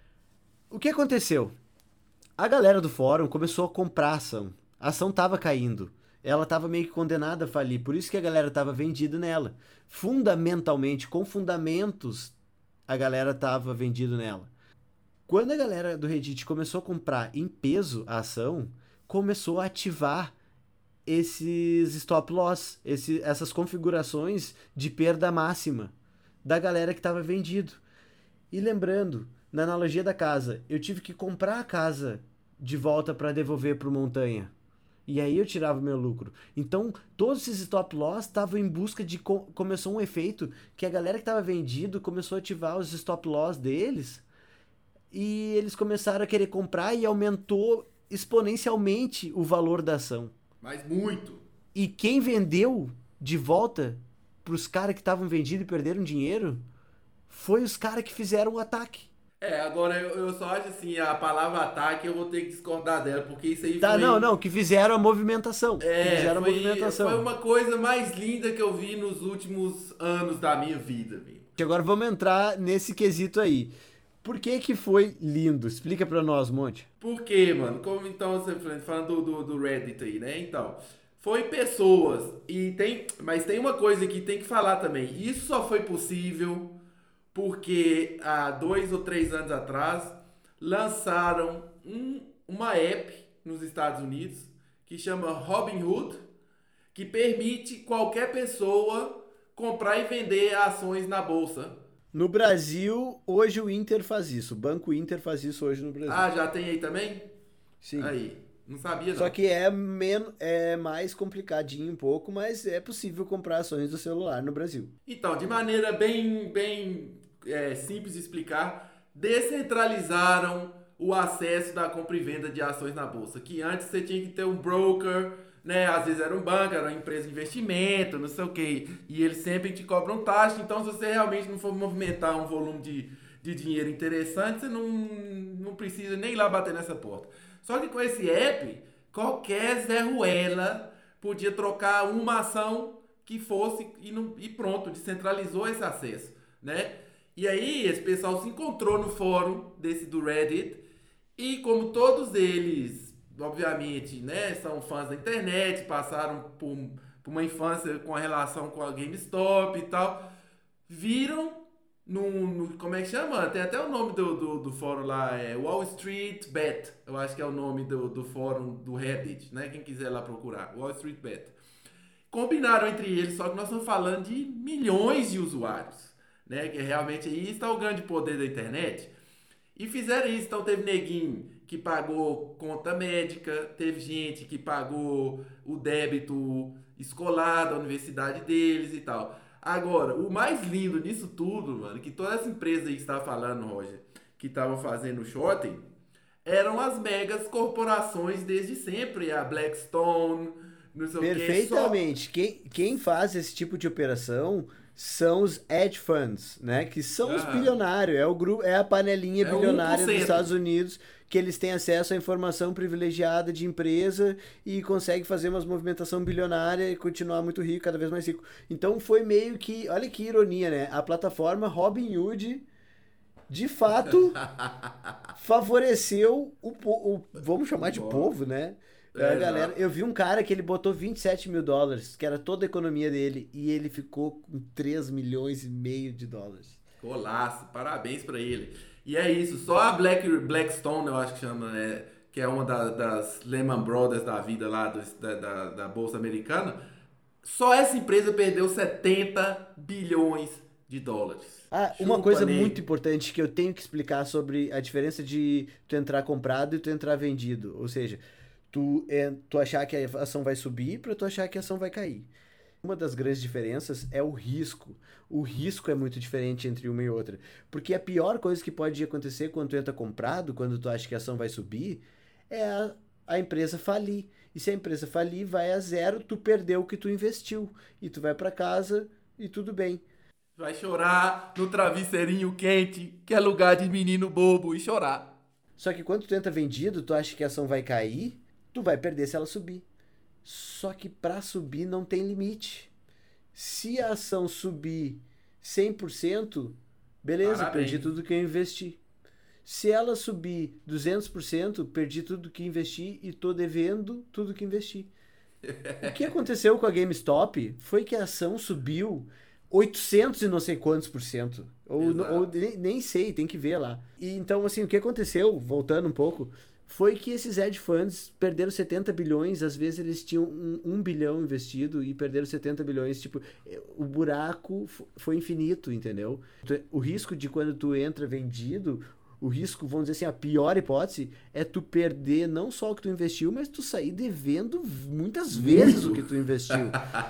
O que aconteceu? A galera do fórum começou a comprar ação. A ação tava caindo. Ela tava meio que condenada a falir. Por isso que a galera tava vendida nela. Fundamentalmente, com fundamentos, a galera tava vendida nela. Quando a galera do Reddit começou a comprar em peso a ação, começou a ativar esses stop loss, esse, essas configurações de perda máxima da galera que tava vendido. E lembrando, na analogia da casa, eu tive que comprar a casa de volta para devolver pro Montanha. E aí eu tirava o meu lucro. Então, todos esses stop loss estavam em busca de... Co- começou um efeito que a galera que estava vendido começou a ativar os stop loss deles e eles começaram a querer comprar e aumentou exponencialmente o valor da ação. Mas muito! E quem vendeu de volta para os caras que estavam vendidos e perderam dinheiro foi os caras que fizeram o ataque. É, agora eu, eu só acho assim, a palavra ataque eu vou ter que discordar dela, porque isso aí tá, foi... Não, não, que fizeram a movimentação. É, que fizeram foi, a movimentação. foi uma coisa mais linda que eu vi nos últimos anos da minha vida, velho. Agora vamos entrar nesse quesito aí. Por que que foi lindo? Explica pra nós, Monte. Por quê, mano? Como então, você falando do, do, do Reddit aí, né? Então, foi pessoas. E tem, mas tem uma coisa que tem que falar também. Isso só foi possível porque há dois ou três anos atrás lançaram um, uma app nos Estados Unidos que chama Robinhood, que permite qualquer pessoa comprar e vender ações na bolsa. No Brasil, hoje o Inter faz isso. O Banco Inter faz isso hoje no Brasil. Ah, já tem aí também? Sim. Aí, não sabia não. Só que é, men- é mais complicadinho um pouco, mas é possível comprar ações do celular no Brasil. Então, de maneira bem, bem é, simples de explicar, descentralizaram o acesso da compra e venda de ações na bolsa. Que antes você tinha que ter um broker, né? Às vezes era um banco, era uma empresa de investimento, não sei o quê. E eles sempre te cobram taxa. Então, se você realmente não for movimentar um volume de, de dinheiro interessante, você não, não precisa nem ir lá bater nessa porta. Só que com esse app, qualquer Zé Ruela podia trocar uma ação que fosse e, não, e pronto, descentralizou esse acesso, né? E aí, esse pessoal se encontrou no fórum desse do Reddit e como todos eles, obviamente, né, são fãs da internet, passaram por, por uma infância com a relação com a GameStop e tal, viram no, no como é que chama? Tem até o nome do, do, do fórum lá, é Wall Street Bet, eu acho que é o nome do, do fórum do Reddit, né? Quem quiser lá procurar, Wall Street Bet. Combinaram entre eles, só que nós estamos falando de milhões de usuários, né? Que realmente aí está o grande poder da internet. E fizeram isso, então teve neguinho que pagou conta médica, teve gente que pagou o débito escolar da universidade deles e tal. Agora, o mais lindo nisso tudo, mano, que toda essa empresa aí que você estava falando, Roger, que estavam fazendo shorting, eram as megas corporações desde sempre, a Blackstone, não sei o que. Perfeitamente. Quem, quem faz esse tipo de operação são os hedge funds, né? Que são ah. os bilionários, é, o grupo, é a panelinha é bilionária dos Estados Unidos, que eles têm acesso à informação privilegiada de empresa e conseguem fazer umas movimentação bilionária e continuar muito rico, cada vez mais rico. Então foi meio que, olha que ironia, né? A plataforma Robinhood, de fato, favoreceu o, o, vamos chamar de povo, né? É, a galera, eu vi um cara que ele botou vinte e sete mil dólares, que era toda a economia dele, e ele ficou com três milhões e meio de dólares. Golaço, parabéns pra ele. E é isso, só a Black, Blackstone, eu acho que chama, né, que é uma da, das Lehman Brothers da vida lá, do, da, da, da Bolsa Americana, só essa empresa perdeu setenta bilhões de dólares. Ah, Chupa uma coisa nele. muito importante que eu tenho que explicar sobre a diferença de tu entrar comprado e tu entrar vendido, ou seja... Tu, é, tu achar que a ação vai subir para tu achar que a ação vai cair. Uma das grandes diferenças é o risco. O risco é muito diferente entre uma e outra. Porque a pior coisa que pode acontecer quando tu entra comprado, quando tu acha que a ação vai subir, é a, a empresa falir. E se a empresa falir, vai a zero, tu perdeu o que tu investiu. E tu vai para casa e tudo bem. Vai chorar no travesseirinho quente, que é lugar de menino bobo, e chorar. Só que quando tu entra vendido, tu acha que a ação vai cair, tu vai perder se ela subir. Só que para subir não tem limite. Se a ação subir cem por cento, beleza, Parabéns. Perdi tudo que eu investi. Se ela subir duzentos por cento, perdi tudo que investi e tô devendo tudo que investi. O que aconteceu com a GameStop foi que a ação subiu oitocentos e não sei quantos por cento. Ou, ou nem, nem sei, tem que ver lá. E então, assim, o que aconteceu, voltando um pouco, foi que esses hedge funds perderam setenta bilhões, às vezes eles tinham um, um bilhão investido e perderam setenta bilhões, tipo, o buraco foi infinito, entendeu? O risco de quando tu entra vendido, o risco, vamos dizer assim, a pior hipótese é tu perder não só o que tu investiu, mas tu sair devendo muitas vezes Muito. o que tu investiu.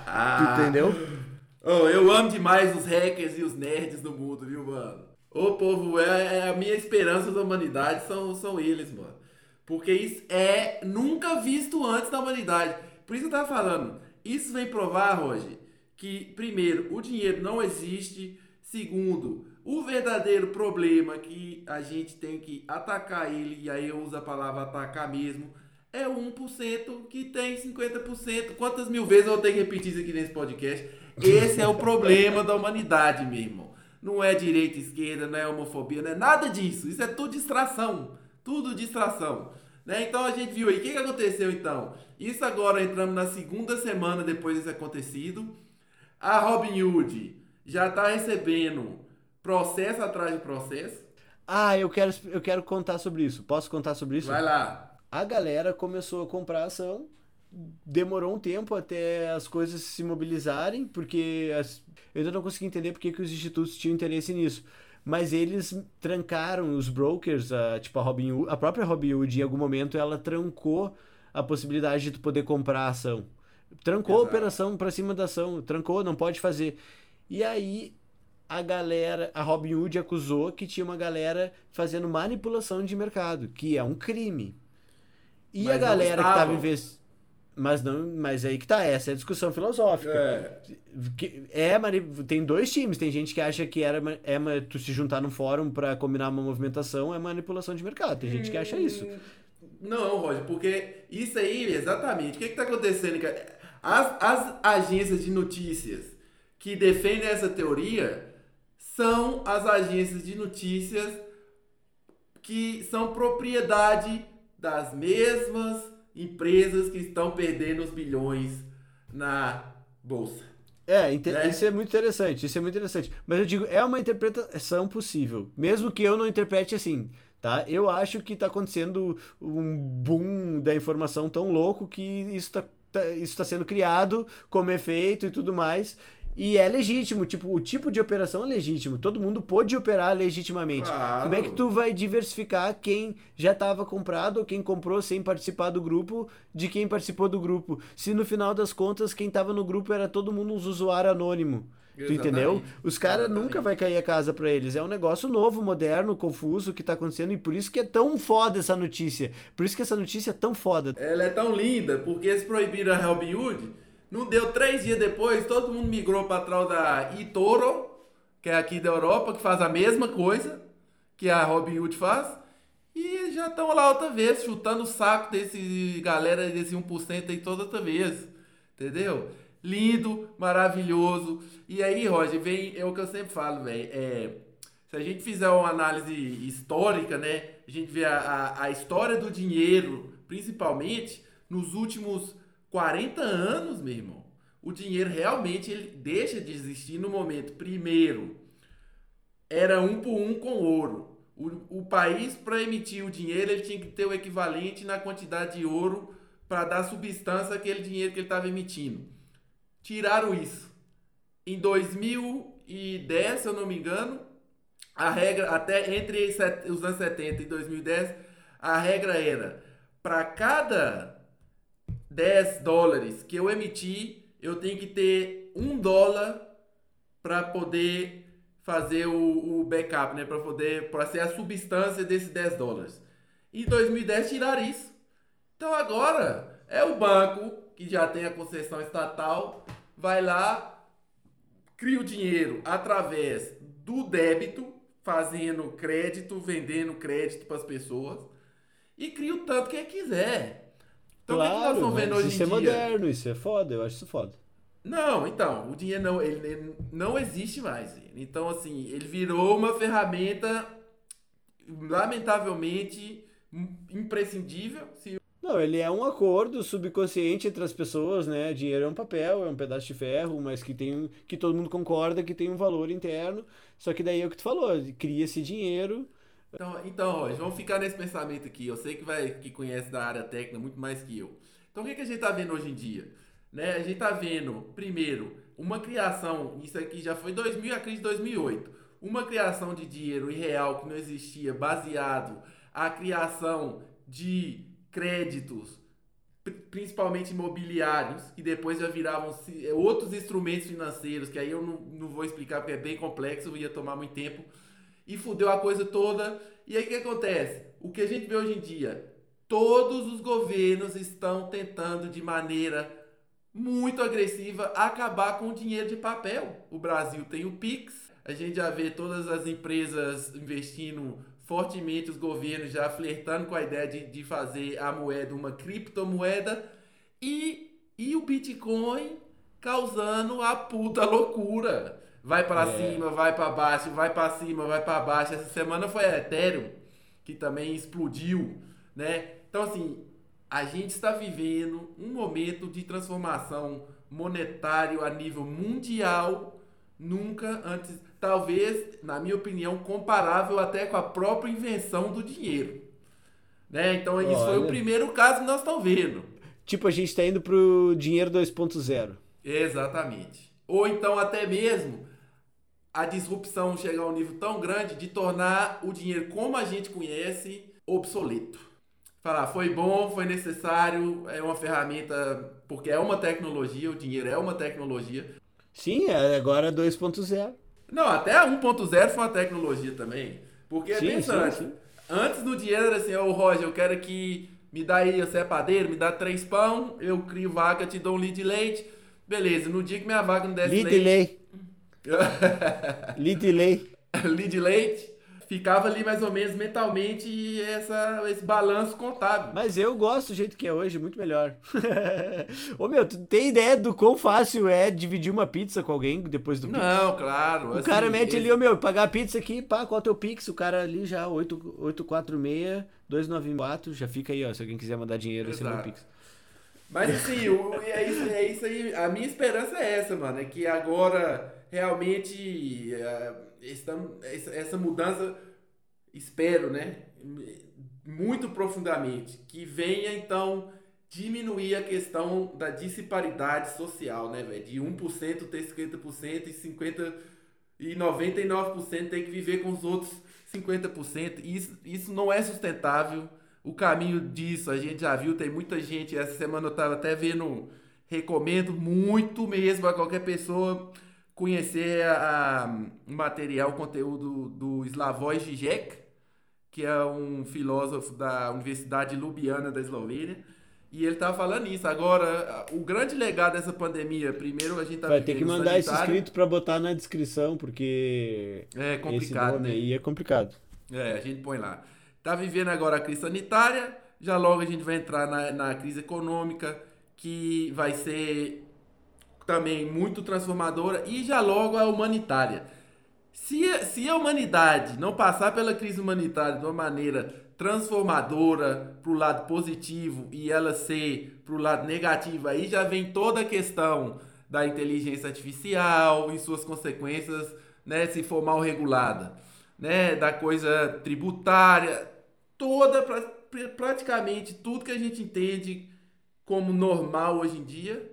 Tu entendeu? Oh, eu amo demais os hackers e os nerds do mundo, viu, mano? Ô, povo, é, é a minha esperança da humanidade são, são eles, mano. Porque isso é nunca visto antes na humanidade. Por isso que eu tava falando. Isso vem provar, Roger, que, primeiro, o dinheiro não existe. Segundo, o verdadeiro problema que a gente tem que atacar ele, e aí eu uso a palavra atacar mesmo, é o um por cento que tem cinquenta por cento. Quantas mil vezes eu vou ter que repetir isso aqui nesse podcast? Esse é o problema da humanidade, meu irmão. Não é direita, esquerda, não é homofobia, não é nada disso. Isso é tudo distração. Tudo distração. Né? Então a gente viu aí, o que, que aconteceu então? Isso agora entramos na segunda semana depois desse acontecido. A Robinhood já está recebendo processo atrás de processo. Ah, eu quero, eu quero contar sobre isso. Posso contar sobre isso? Vai lá. A galera começou a comprar ação, demorou um tempo até as coisas se mobilizarem, porque as, eu ainda não consegui entender porque que os institutos tinham interesse nisso. Mas eles trancaram os brokers, a, tipo a Robinhood, a própria Robinhood, em algum momento ela trancou a possibilidade de tu poder comprar a ação. Trancou Exato. A operação para cima da ação, trancou, não pode fazer. E aí a galera, a Robinhood acusou que tinha uma galera fazendo manipulação de mercado, que é um crime. E mas a galera que estava investindo... Mas não, mas aí que tá, essa é a discussão filosófica. É. É, tem dois times, tem gente que acha que era, é tu se juntar num fórum para combinar uma movimentação é manipulação de mercado, tem gente que acha isso. Não, Roger, porque isso aí, exatamente, o que que tá acontecendo, cara? As, as agências de notícias que defendem essa teoria são as agências de notícias que são propriedade das mesmas empresas que estão perdendo os bilhões na bolsa. É, é, isso é muito interessante, isso é muito interessante. Mas eu digo, é uma interpretação possível, mesmo que eu não interprete assim, tá? Eu acho que está acontecendo um boom da informação tão louco que isso está tá, isso tá sendo criado como efeito e tudo mais. E é legítimo, tipo, o tipo de operação é legítimo. Todo mundo pôde operar legitimamente. Claro. Como é que tu vai diversificar quem já estava comprado ou quem comprou sem participar do grupo de quem participou do grupo? Se no final das contas quem estava no grupo era todo mundo uns usuário anônimo. Exatamente. Tu entendeu? Os caras nunca vai cair a casa pra eles. É um negócio novo, moderno, confuso que tá acontecendo e por isso que é tão foda essa notícia. Por isso que essa notícia é tão foda. Ela é tão linda, porque eles proibiram a Robinhood. Não deu três dias depois, todo mundo migrou para trás da eToro, que é aqui da Europa, que faz a mesma coisa que a Robinhood faz. E já estão lá outra vez, chutando o saco desse galera, desse um por cento aí toda outra vez. Entendeu? Lindo, maravilhoso. E aí, Roger, vem, é o que eu sempre falo, velho. É, se a gente fizer uma análise histórica, né? A gente vê a, a, a história do dinheiro, principalmente nos últimos quarenta anos, meu irmão, o dinheiro realmente ele deixa de existir no momento. Primeiro, era um por um com ouro. O, o país, para emitir o dinheiro, ele tinha que ter o equivalente na quantidade de ouro para dar substância àquele dinheiro que ele estava emitindo. Tiraram isso. Em dois mil e dez, se eu não me engano, a regra, até entre os anos setenta e dois mil e dez, a regra era, para cada dez dólares que eu emiti, eu tenho que ter um dólar para poder fazer o, o backup, né? Para poder, para ser a substância desses dez dólares. Em dois mil e dez tiraram isso. Então agora é o banco que já tem a concessão estatal, vai lá, cria o dinheiro através do débito, fazendo crédito, vendendo crédito para as pessoas e cria o tanto que quiser. Então, claro, o que nós estamos vendo hoje em dia? Isso é moderno, isso é foda, eu acho isso foda. Não, então, o dinheiro não, ele, ele não existe mais. Então, assim, ele virou uma ferramenta lamentavelmente imprescindível. Se... Não, ele é um acordo subconsciente entre as pessoas, né? Dinheiro é um papel, é um pedaço de ferro, mas que, tem, que todo mundo concorda que tem um valor interno. Só que daí é o que tu falou, cria esse dinheiro... Então, então Roger, vamos ficar nesse pensamento aqui. Eu sei que, vai, que conhece da área técnica muito mais que eu. Então, o que, que a gente está vendo hoje em dia? Né? A gente está vendo, primeiro, uma criação, isso aqui já foi dois mil, a crise de dois mil e oito, uma criação de dinheiro real que não existia, baseado a criação de créditos, principalmente imobiliários, que depois já viravam outros instrumentos financeiros, que aí eu não, não vou explicar porque é bem complexo, ia tomar muito tempo. E fudeu a coisa toda. E aí o que acontece? O que a gente vê hoje em dia? Todos os governos estão tentando de maneira muito agressiva acabar com o dinheiro de papel. O Brasil tem o Pix. A gente já vê todas as empresas investindo fortemente, os governos já flertando com a ideia de, de fazer a moeda uma criptomoeda. E, e o Bitcoin causando a puta loucura. Vai para é. cima, vai para baixo, vai para cima, vai para baixo. Essa semana foi a Ethereum, que também explodiu, né? Então, assim, a gente está vivendo um momento de transformação monetária a nível mundial, nunca antes, talvez, na minha opinião, comparável até com a própria invenção do dinheiro. Né? Então, isso Olha. foi o primeiro caso que nós estamos vendo. Tipo, a gente tá indo pro dinheiro dois ponto zero. Exatamente. Ou então, até mesmo, a disrupção chegar a um nível tão grande de tornar o dinheiro como a gente conhece obsoleto. Falar, foi bom, foi necessário, é uma ferramenta, porque é uma tecnologia, o dinheiro é uma tecnologia. Sim, é agora dois ponto zero. Não, até a um ponto zero foi uma tecnologia também. Porque, Sim, pensa sim, antes, sim. antes no dinheiro era assim, ô Roger, eu quero que me dá aí, você é padeiro, me dá três pão, eu crio vaca, te dou um litro de leite. Beleza, no dia que minha vaca não desse Lead leite... delay. Lead delay. Lead de leite, ficava ali mais ou menos mentalmente essa, esse balanço contábil. Mas eu gosto do jeito que é hoje, muito melhor. Ô meu, tu tem ideia do quão fácil é dividir uma pizza com alguém depois do Pix? Não, claro. O assim, cara mete esse... ali, ô meu, pagar a pizza aqui, pá, qual é o teu Pix? O cara ali já, oito oito quatro seis, dois nove quatro, já fica aí, ó, se alguém quiser mandar dinheiro, esse é o meu Pix. Mas assim, o, é, isso, é isso aí, a minha esperança é essa, mano, é que agora realmente é, essa, essa mudança, espero, né, muito profundamente, que venha então diminuir a questão da disparidade social, né, velho, de um por cento ter cinquenta por cento e cinquenta por cento e noventa e nove por cento ter que viver com os outros cinquenta por cento, isso, isso não é sustentável. O caminho disso, a gente já viu, tem muita gente, essa semana eu estava até vendo, recomendo muito mesmo a qualquer pessoa conhecer a, a, o material, o conteúdo do Slavoj Žižek, que é um filósofo da Universidade Ljubljana da Eslovênia, e ele estava falando isso. Agora, o grande legado dessa pandemia, primeiro a gente tá Vai ter que mandar sanitário, esse escrito para botar na descrição, porque é complicado, esse nome né? aí é complicado. É, a gente põe lá. Tá vivendo agora a crise sanitária, já logo a gente vai entrar na, na crise econômica, que vai ser também muito transformadora, e já logo a humanitária. Se, se a humanidade não passar pela crise humanitária de uma maneira transformadora para o lado positivo e ela ser para o lado negativo, aí já vem toda a questão da inteligência artificial e suas consequências, né, se for mal regulada, né, da coisa tributária, toda, praticamente tudo que a gente entende como normal hoje em dia,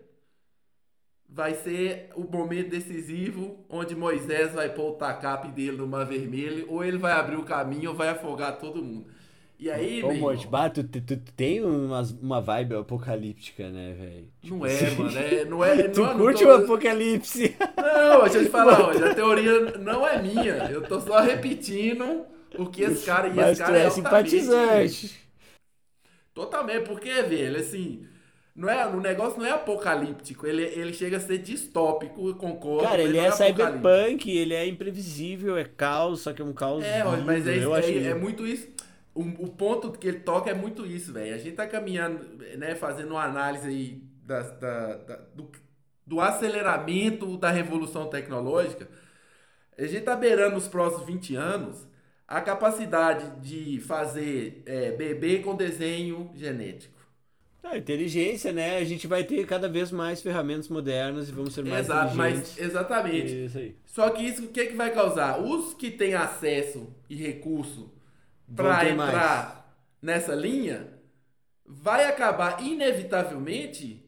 vai ser o momento decisivo onde Moisés vai pôr o tacape dele no Mar Vermelho, ou ele vai abrir o caminho ou vai afogar todo mundo. E aí, Ô, meu Monte, irmão, tu, tu, tu tem uma, uma vibe apocalíptica, né, velho? não é, mano, é, não é... Tu não, curte não o tô... apocalipse? Não, deixa eu te falar, hoje, a teoria não é minha, eu tô só repetindo o que esse cara... E Mas esse tu cara é altamente- simpatizante. Totalmente, porque, velho, assim... Não é, o negócio não é apocalíptico, ele, ele chega a ser distópico, eu concordo. Cara, mas ele não é apocalíptico. cyberpunk, ele é imprevisível, é caos, só que é um caos É, lindo, mas é, eu é, acho é lindo. muito isso. O, o ponto que ele toca é muito isso, velho. A gente tá caminhando, né, fazendo uma análise aí da, da, da- do, do aceleramento da revolução tecnológica. A gente tá beirando nos próximos vinte anos a capacidade de fazer é, bebê com desenho genético. Ah, inteligência, né? A gente vai ter cada vez mais ferramentas modernas e vamos ser mais Exato, inteligentes. mas exatamente. Isso aí. Só que isso o que, que vai causar? Os que têm acesso e recurso Vão para ter entrar nessa linha vai acabar inevitavelmente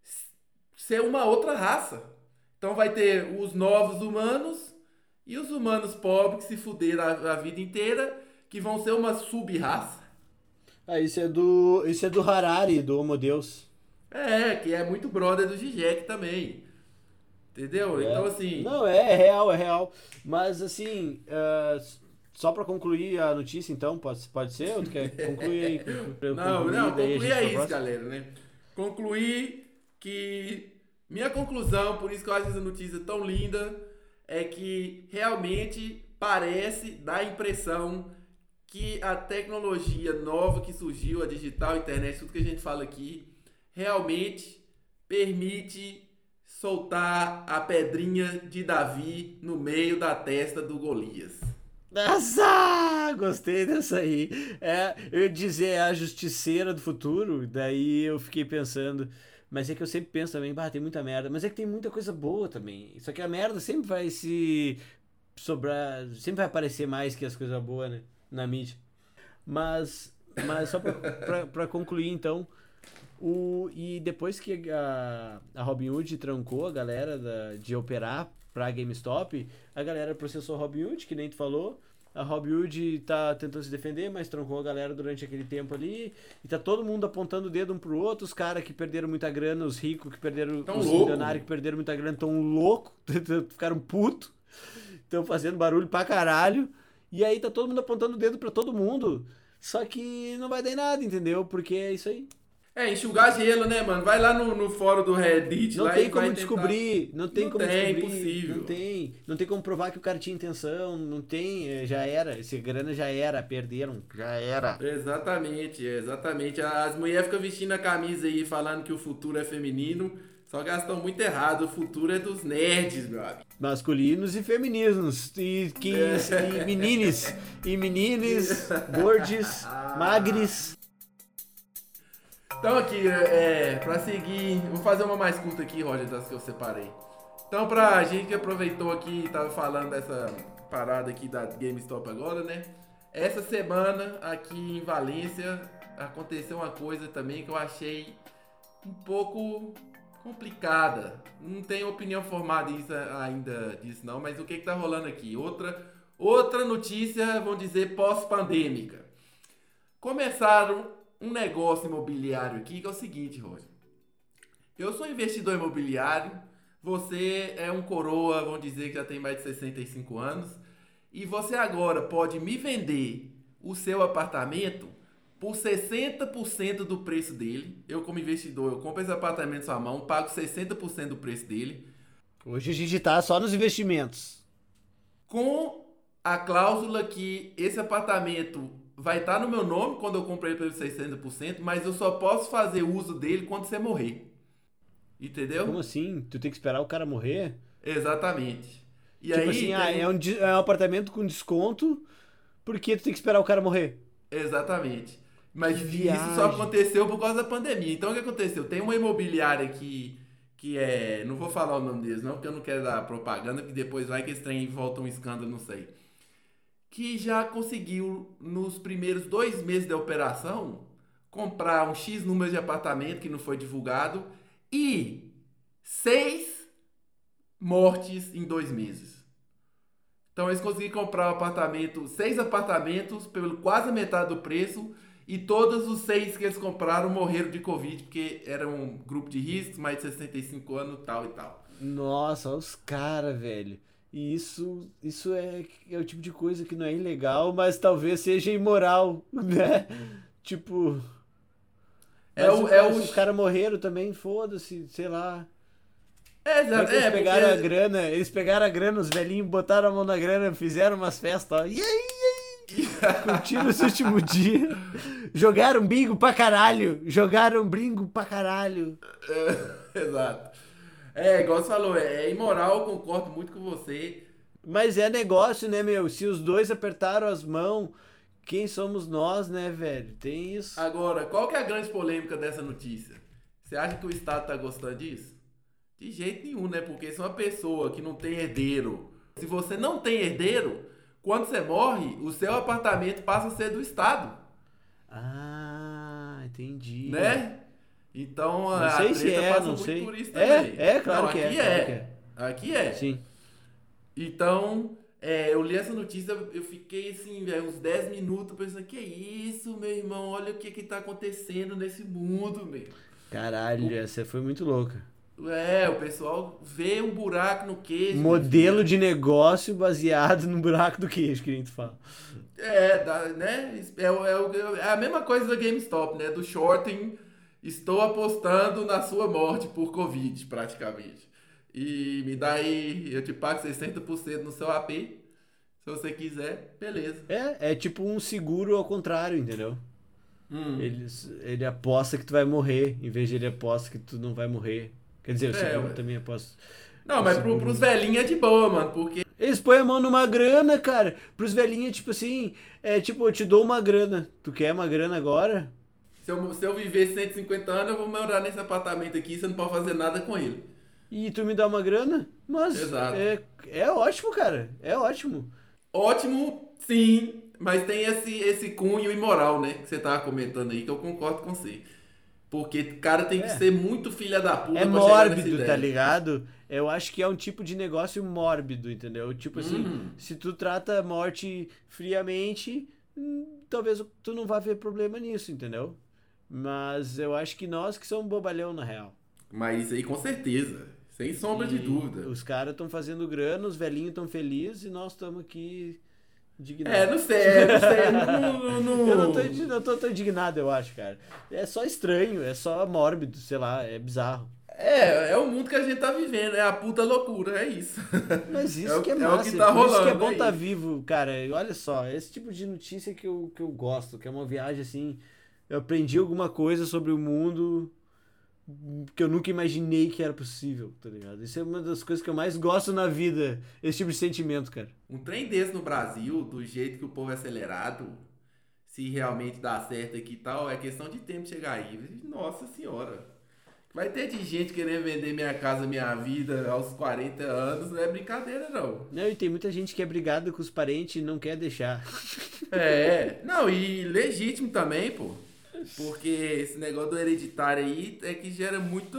ser uma outra raça. Então vai ter os novos humanos e os humanos pobres que se fuderam a, a vida inteira, que vão ser uma sub-raça. Ah, isso é do, isso é do Harari, do Homo Deus. É, que é muito brother do Zizek também. Entendeu? É. Então assim... Não, é, é real, é real. Mas assim, uh, só pra concluir a notícia, então, pode, pode ser? Ou tu quer concluir aí? Pra eu Não, concluir, não, daí a concluir gente é vai isso, pra próxima? galera, né? Concluir que minha conclusão, por isso que eu acho essa notícia tão linda, é que realmente parece, dá a impressão que a tecnologia nova que surgiu, a digital, a internet, tudo que a gente fala aqui, realmente permite soltar a pedrinha de Davi no meio da testa do Golias. Nossa, gostei dessa aí. É, eu ia dizer é a justiceira do futuro, daí eu fiquei pensando. Mas é que eu sempre penso também, bah, tem muita merda. Mas é que tem muita coisa boa também. Só que a merda sempre vai se sobrar. Sempre vai aparecer mais que as coisas boas, né? Na mídia. Mas, mas só pra, pra, pra concluir então. O, e depois que a, a Robinhood trancou a galera da, de operar pra GameStop, a galera processou a Robinhood, que nem tu falou. A Robinhood tá tentando se defender, mas trancou a galera durante aquele tempo ali. E tá todo mundo apontando o dedo um pro outro. Os caras que perderam muita grana, os ricos que perderam, Tão os louco. milionários que perderam muita grana, tão loucos, ficaram putos. Estão fazendo barulho pra caralho. E aí tá todo mundo apontando o dedo pra todo mundo. Só que não vai dar em nada, entendeu? Porque é isso aí. É, enxugar gelo, né, mano? Vai lá no, no fórum do Reddit Não lá tem e como vai descobrir, tentar... não tem Não como tem, descobrir, impossível. não tem, não tem como provar que o cara tinha intenção, não tem, é, já era, esse grana já era, perderam, já era. Exatamente, exatamente. As mulheres ficam vestindo a camisa aí falando que o futuro é feminino, só que elas estão muito errado. O futuro é dos nerds, meu amigo. Masculinos e femininos, e, quins, e menines, e menines, gordes, magres. Então aqui, é, pra seguir, vou fazer uma mais curta aqui, Roger, das que eu separei. Então pra gente que aproveitou aqui e tava falando dessa parada aqui da GameStop agora, né? Essa semana aqui em Valência aconteceu uma coisa também que eu achei um pouco complicada. Não tenho opinião formada isso ainda disso não, mas o que que tá rolando aqui? Outra, outra notícia, vamos dizer, pós-pandêmica. Começaram um negócio imobiliário aqui que é o seguinte, Roger. Eu sou investidor imobiliário, você é um coroa, vamos dizer que já tem mais de sessenta e cinco anos, e você agora pode me vender o seu apartamento por sessenta por cento do preço dele. Eu como investidor, eu compro esse apartamento em sua mão, pago sessenta por cento do preço dele. Hoje a gente tá só nos investimentos. Com a cláusula que esse apartamento vai estar no meu nome quando eu comprei pelo sessenta por cento, mas eu só posso fazer uso dele quando você morrer. Entendeu? Como assim? Tu tem que esperar o cara morrer? Exatamente. E tipo aí, assim, tem... ah, é, um, é um apartamento com desconto, porque tu tem que esperar o cara morrer. Exatamente. Mas Que isso viagem. só aconteceu por causa da pandemia. Então o que aconteceu? Tem uma imobiliária que, que é... Não vou falar o nome deles não, porque eu não quero dar propaganda, que depois vai que esse trem volta um escândalo, não sei. Que já conseguiu, nos primeiros dois meses da operação, comprar um X número de apartamento que não foi divulgado e seis mortes em dois meses. Então eles conseguiram comprar um apartamento, seis apartamentos pelo quase metade do preço e todos os seis que eles compraram morreram de Covid porque era um grupo de riscos, mais de sessenta e cinco anos, tal e tal. Nossa, olha os caras, velho. E isso, isso é, é o tipo de coisa que não é ilegal, mas talvez seja imoral, né? Tipo... É o, se, é o... se os caras morreram também, foda-se, sei lá. É, Como é que eles é, pegaram porque... a grana, eles pegaram a grana, os velhinhos botaram a mão na grana, fizeram umas festas, ó. E aí, e aí? Curtiram esse último dia. Jogaram bingo pra caralho. Jogaram bingo pra caralho. É, exato. É, igual você falou, é, é imoral, eu concordo muito com você. Mas é negócio, né, meu? Se os dois apertaram as mãos, quem somos nós, né, velho? Tem isso. Agora, qual que é a grande polêmica dessa notícia? Você acha que o Estado tá gostando disso? De jeito nenhum, né? Porque se uma pessoa que não tem herdeiro, se você não tem herdeiro, quando você morre, o seu apartamento passa a ser do Estado. Ah, entendi. Né? Então Não a sei se treta é, passa não muito sei. por isso É, também. é, claro Não, que aqui é, é. claro que é. Aqui é. Sim. Então, é, eu li essa notícia, eu fiquei assim, velho, uns dez minutos pensando, que isso, meu irmão, olha o que que tá acontecendo nesse mundo, meu. Caralho, o... essa foi muito louca. É, o pessoal vê um buraco no queijo. Modelo de negócio baseado no buraco do queijo, que a gente fala. É, dá, né? É, é, é a mesma coisa da GameStop, né? Do shorting, estou apostando na sua morte por Covid, praticamente. E me dá aí, eu te pago sessenta por cento no seu A P, se você quiser, beleza. É, é tipo um seguro ao contrário, entendeu? Hum. Ele, ele aposta que tu vai morrer, em vez de ele aposta que tu não vai morrer. Quer dizer, o seguro é, também aposta. Não, mas pro, pros velhinhos é de boa, mano, porque Eles põem a mão numa grana, cara. Pros velhinhos, tipo assim, é tipo, eu te dou uma grana. Tu quer uma grana agora? Se eu, se eu viver cento e cinquenta anos, eu vou morar nesse apartamento aqui, você não pode fazer nada com ele. E tu me dá uma grana? Mas Exato. É, é ótimo, cara. É ótimo. Ótimo, sim, mas tem esse, esse cunho imoral, né? Que você tava comentando aí, que eu concordo com você. Porque o cara tem que É. ser muito filha da puta É pra chegar nessa mórbido, ideia. tá ligado? Eu acho que é um tipo de negócio mórbido, entendeu? Tipo assim, Uhum. se tu trata a morte friamente, hum, talvez tu não vá ver problema nisso, entendeu? Mas eu acho que nós que somos bobalhão, na real. Mas isso aí com certeza, sem sombra de E dúvida. Os caras estão fazendo grana, os velhinhos estão felizes e nós estamos aqui indignados. É, não sei, não sei, não, não, Eu não tô, indi- não tô tão indignado, eu acho, cara. É só estranho, é só mórbido, sei lá, é bizarro. É, é o mundo que a gente tá vivendo, é a puta loucura, é isso. Mas isso É o- que é é o massa, que tá por isso que é rolando bom aí. estar vivo, cara. E olha só, esse tipo de notícia que eu, que eu gosto, que é uma viagem assim, eu aprendi alguma coisa sobre o mundo que eu nunca imaginei que era possível, tá ligado? Isso é uma das coisas que eu mais gosto na vida, esse tipo de sentimento, cara. Um trem desse no Brasil, do jeito que o povo é acelerado, se realmente dá certo aqui e tal, é questão de tempo chegar aí. Nossa senhora. Vai ter de gente querendo vender minha casa, minha vida aos quarenta anos, não é brincadeira não. Não, e tem muita gente que é brigada com os parentes e não quer deixar. É, não, e legítimo também, pô. Porque esse negócio do hereditário aí é que gera muita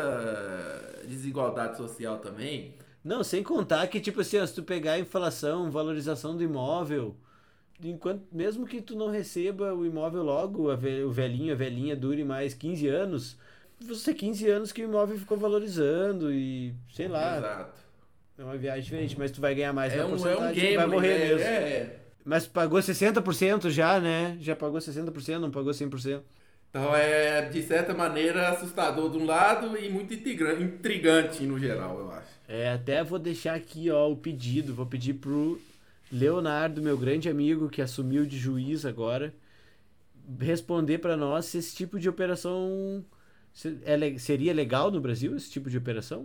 desigualdade social também. Não, sem contar que, tipo assim, ó, se tu pegar a inflação, valorização do imóvel, enquanto, mesmo que tu não receba o imóvel logo, a ve- o velhinho, a velhinha dure mais quinze anos, você quinze anos que o imóvel ficou valorizando e, sei lá, Exato. é uma viagem diferente, mas tu vai ganhar mais É na um, é um porcentagem, tu gambling, vai morrer né? mesmo. É. Mas pagou sessenta por cento já, né? Já pagou sessenta por cento, não pagou cem por cento. Então é, de certa maneira, assustador de um lado e muito intriga- intrigante no geral, eu acho. É, até vou deixar aqui, ó, o pedido, vou pedir pro Leonardo, meu grande amigo, que assumiu de juiz agora, responder pra nós se esse tipo de operação se- é le- seria legal no Brasil, esse tipo de operação?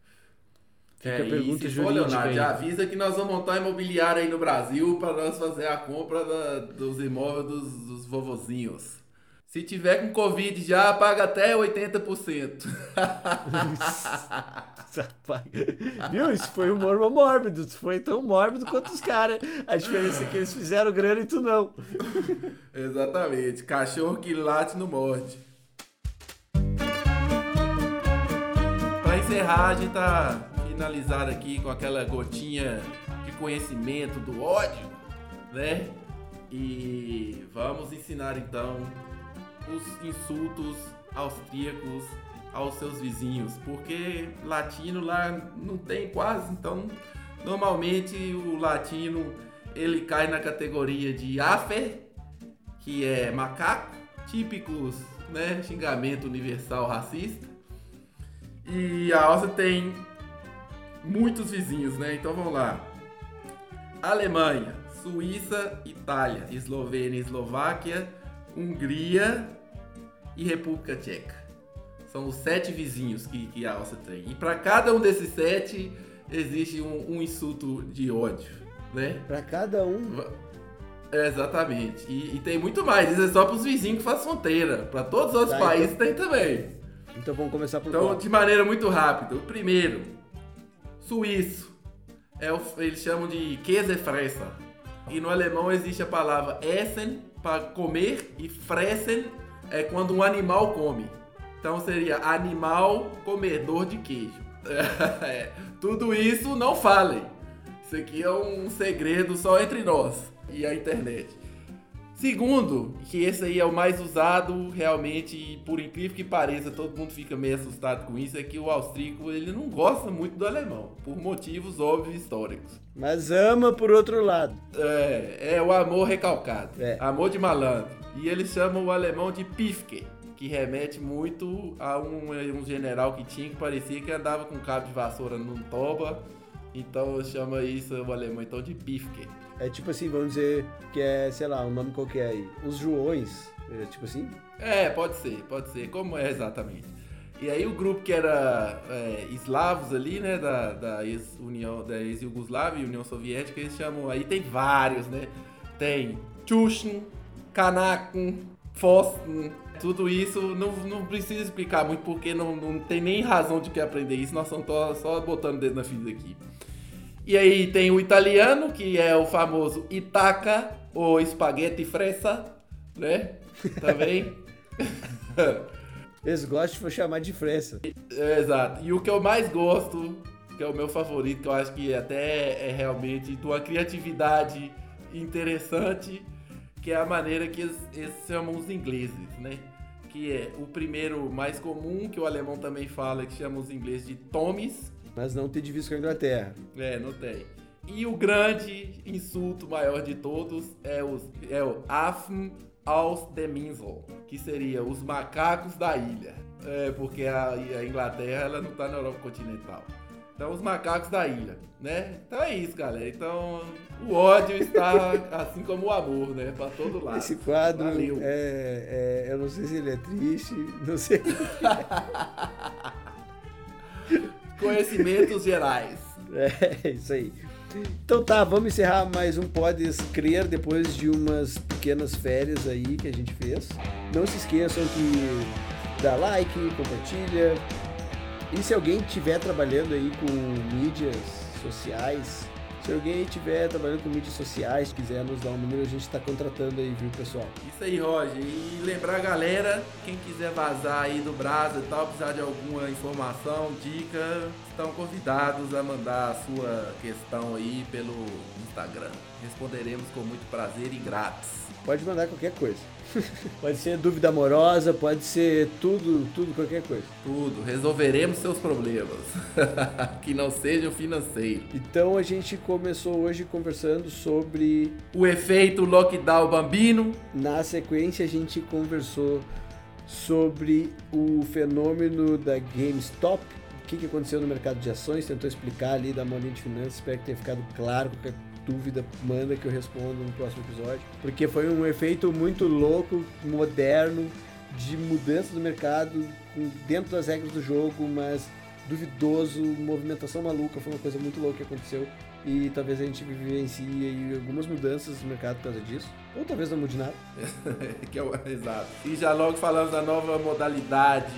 Fica É, a pergunta e se for, jurídica Leonardo, aí. já avisa que nós vamos montar imobiliário aí no Brasil para nós fazer a compra da- dos imóveis dos, dos vovozinhos. Se tiver com Covid já, paga até oitenta por cento. Viu? Isso foi humor mórbido. Isso foi tão mórbido quanto os caras. A diferença é que eles fizeram grana e tu não. Exatamente. Cachorro que late não morde. Pra encerrar, a gente tá finalizado aqui com aquela gotinha de conhecimento do ódio, né? E vamos ensinar então os insultos austríacos aos seus vizinhos, porque latino lá não tem quase, então normalmente o latino ele cai na categoria de afer, que é macaco, típicos, né, xingamento universal racista. E a Áustria tem muitos vizinhos, né? Então vamos lá. Alemanha, Suíça, Itália, Eslovênia, Eslováquia, Hungria e República Tcheca. São os sete vizinhos que, que a Áustria tem. E para cada um desses sete existe um, um insulto de ódio, né? Pra cada um. É, exatamente. E, e tem muito mais. Isso é só para os vizinhos que fazem fronteira. Para todos os outros Tá, países então- tem também. Então vamos começar por Então, qual? de maneira muito rápida. O primeiro, suíço. É o, eles chamam de Käsefresser. E no alemão existe a palavra essen para comer e fressen é quando um animal come. Então seria animal comedor de queijo. É, tudo isso não falem. Isso aqui é um segredo só entre nós e a internet. Segundo, que esse aí é o mais usado realmente, e por incrível que pareça, todo mundo fica meio assustado com isso, é que o austríaco ele não gosta muito do alemão, por motivos óbvios históricos. Mas ama por outro lado. É, é o amor recalcado, É. amor de malandro. E eles chamam o alemão de Pifke, que remete muito a um, um general que tinha que parecia que andava com cabo de vassoura num toba. Então chama isso o alemão então de Pifke. É tipo assim, vamos dizer que é, sei lá, um nome qualquer aí. Os Joões. É tipo assim? É, pode ser, pode ser, como é exatamente. E aí o grupo que era é, eslavos ali, né, da, da ex-União, da ex-Yugoslávia e União Soviética, eles chamam, aí tem vários, né, tem Chushin, Kanakun, Fostin, tudo isso, não, não precisa explicar muito porque não, não tem nem razão de que aprender isso, nós estamos só, só botando o dedo na ferida aqui. E aí tem o italiano, que é o famoso Itaca, ou Spaghetti Fressa, né, também. Eles gostam de chamar de fresa. É, exato. E o que eu mais gosto, que é o meu favorito, que eu acho que até é realmente de uma criatividade interessante, que é a maneira que eles, eles chamam os ingleses, né? Que é o primeiro mais comum, que o alemão também fala, que chama os ingleses de Tommies. Mas não tem divisa com a Inglaterra. É, não tem. E o grande insulto maior de todos é, os, é o Affen aus dem Insel, que seria os macacos da ilha. É, porque a, a Inglaterra ela não está na Europa continental. Então, os macacos da ilha, né? Então é isso, galera. Então, o ódio está assim como o amor, né? Para todo lado. Esse quadro, Valeu. É, é, eu não sei se ele é triste, não sei o que é. Conhecimentos gerais. É, isso aí. Então tá, vamos encerrar mais um Podes Crer depois de umas pequenas férias aí que a gente fez. Não se esqueçam que dá like, compartilha. E se alguém estiver trabalhando aí com mídias sociais, se alguém estiver trabalhando com mídias sociais, quiser nos dar um número, a gente está contratando aí, viu, pessoal? Isso aí, Roger. E lembrar a galera, quem quiser vazar aí do Brasa e tal, precisar de alguma informação, dica, estão convidados a mandar a sua questão aí pelo Instagram. Responderemos com muito prazer e grátis. Pode mandar qualquer coisa. Pode ser dúvida amorosa, pode ser tudo, tudo, qualquer coisa. Tudo. Resolveremos seus problemas. Que não sejam financeiros. Então a gente começou hoje conversando sobre... o efeito lockdown bambino. Na sequência a gente conversou sobre o fenômeno da GameStop. O que, que aconteceu no mercado de ações. Tentou explicar ali da Molinha de Finanças. Espero que tenha ficado claro. Qualquer dúvida, manda que eu respondo no próximo episódio. Porque foi um efeito muito louco, moderno, de mudança do mercado, dentro das regras do jogo, mas duvidoso, movimentação maluca. Foi uma coisa muito louca que aconteceu. E talvez a gente vivencie aí algumas mudanças no mercado por causa disso. Ou talvez não mude nada. Que é o... Exato. E já logo falamos da nova modalidade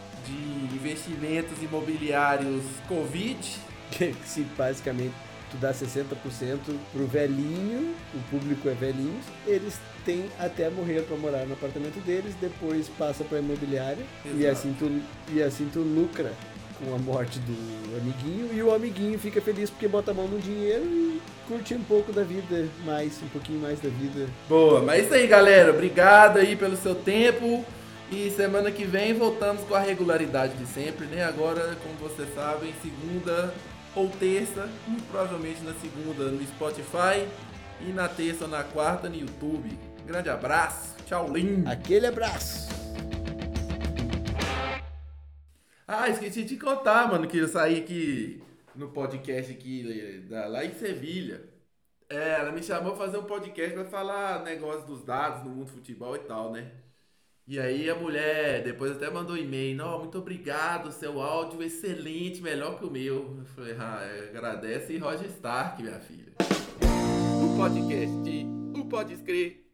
de investimentos imobiliários Covid. Que se basicamente tu dá sessenta por cento pro velhinho, o público é velhinhos, eles têm até morrer para morar no apartamento deles, depois passa para imobiliária e assim, tu, e assim tu lucra com a morte do amiguinho e o amiguinho fica feliz porque bota a mão no dinheiro e curte um pouco da vida, mais, um pouquinho mais da vida. Boa, mas é isso aí, galera. Obrigado aí pelo seu tempo. E semana que vem voltamos com a regularidade de sempre, né? Agora, como vocês sabem, segunda ou terça, muito provavelmente na segunda no Spotify e na terça ou na quarta no YouTube. Grande abraço, tchau, lindo. Aquele abraço. Ah, esqueci de te contar, mano, que eu saí aqui no podcast aqui da, lá em Sevilha. É, ela me chamou pra fazer um podcast pra falar negócio dos dados no mundo do futebol e tal, né? E aí a mulher depois até mandou um e-mail, não, muito obrigado, seu áudio excelente, melhor que o meu. Eu falei, ah, agradece Roger Stark, minha filha. O podcast, o Pode Escrever.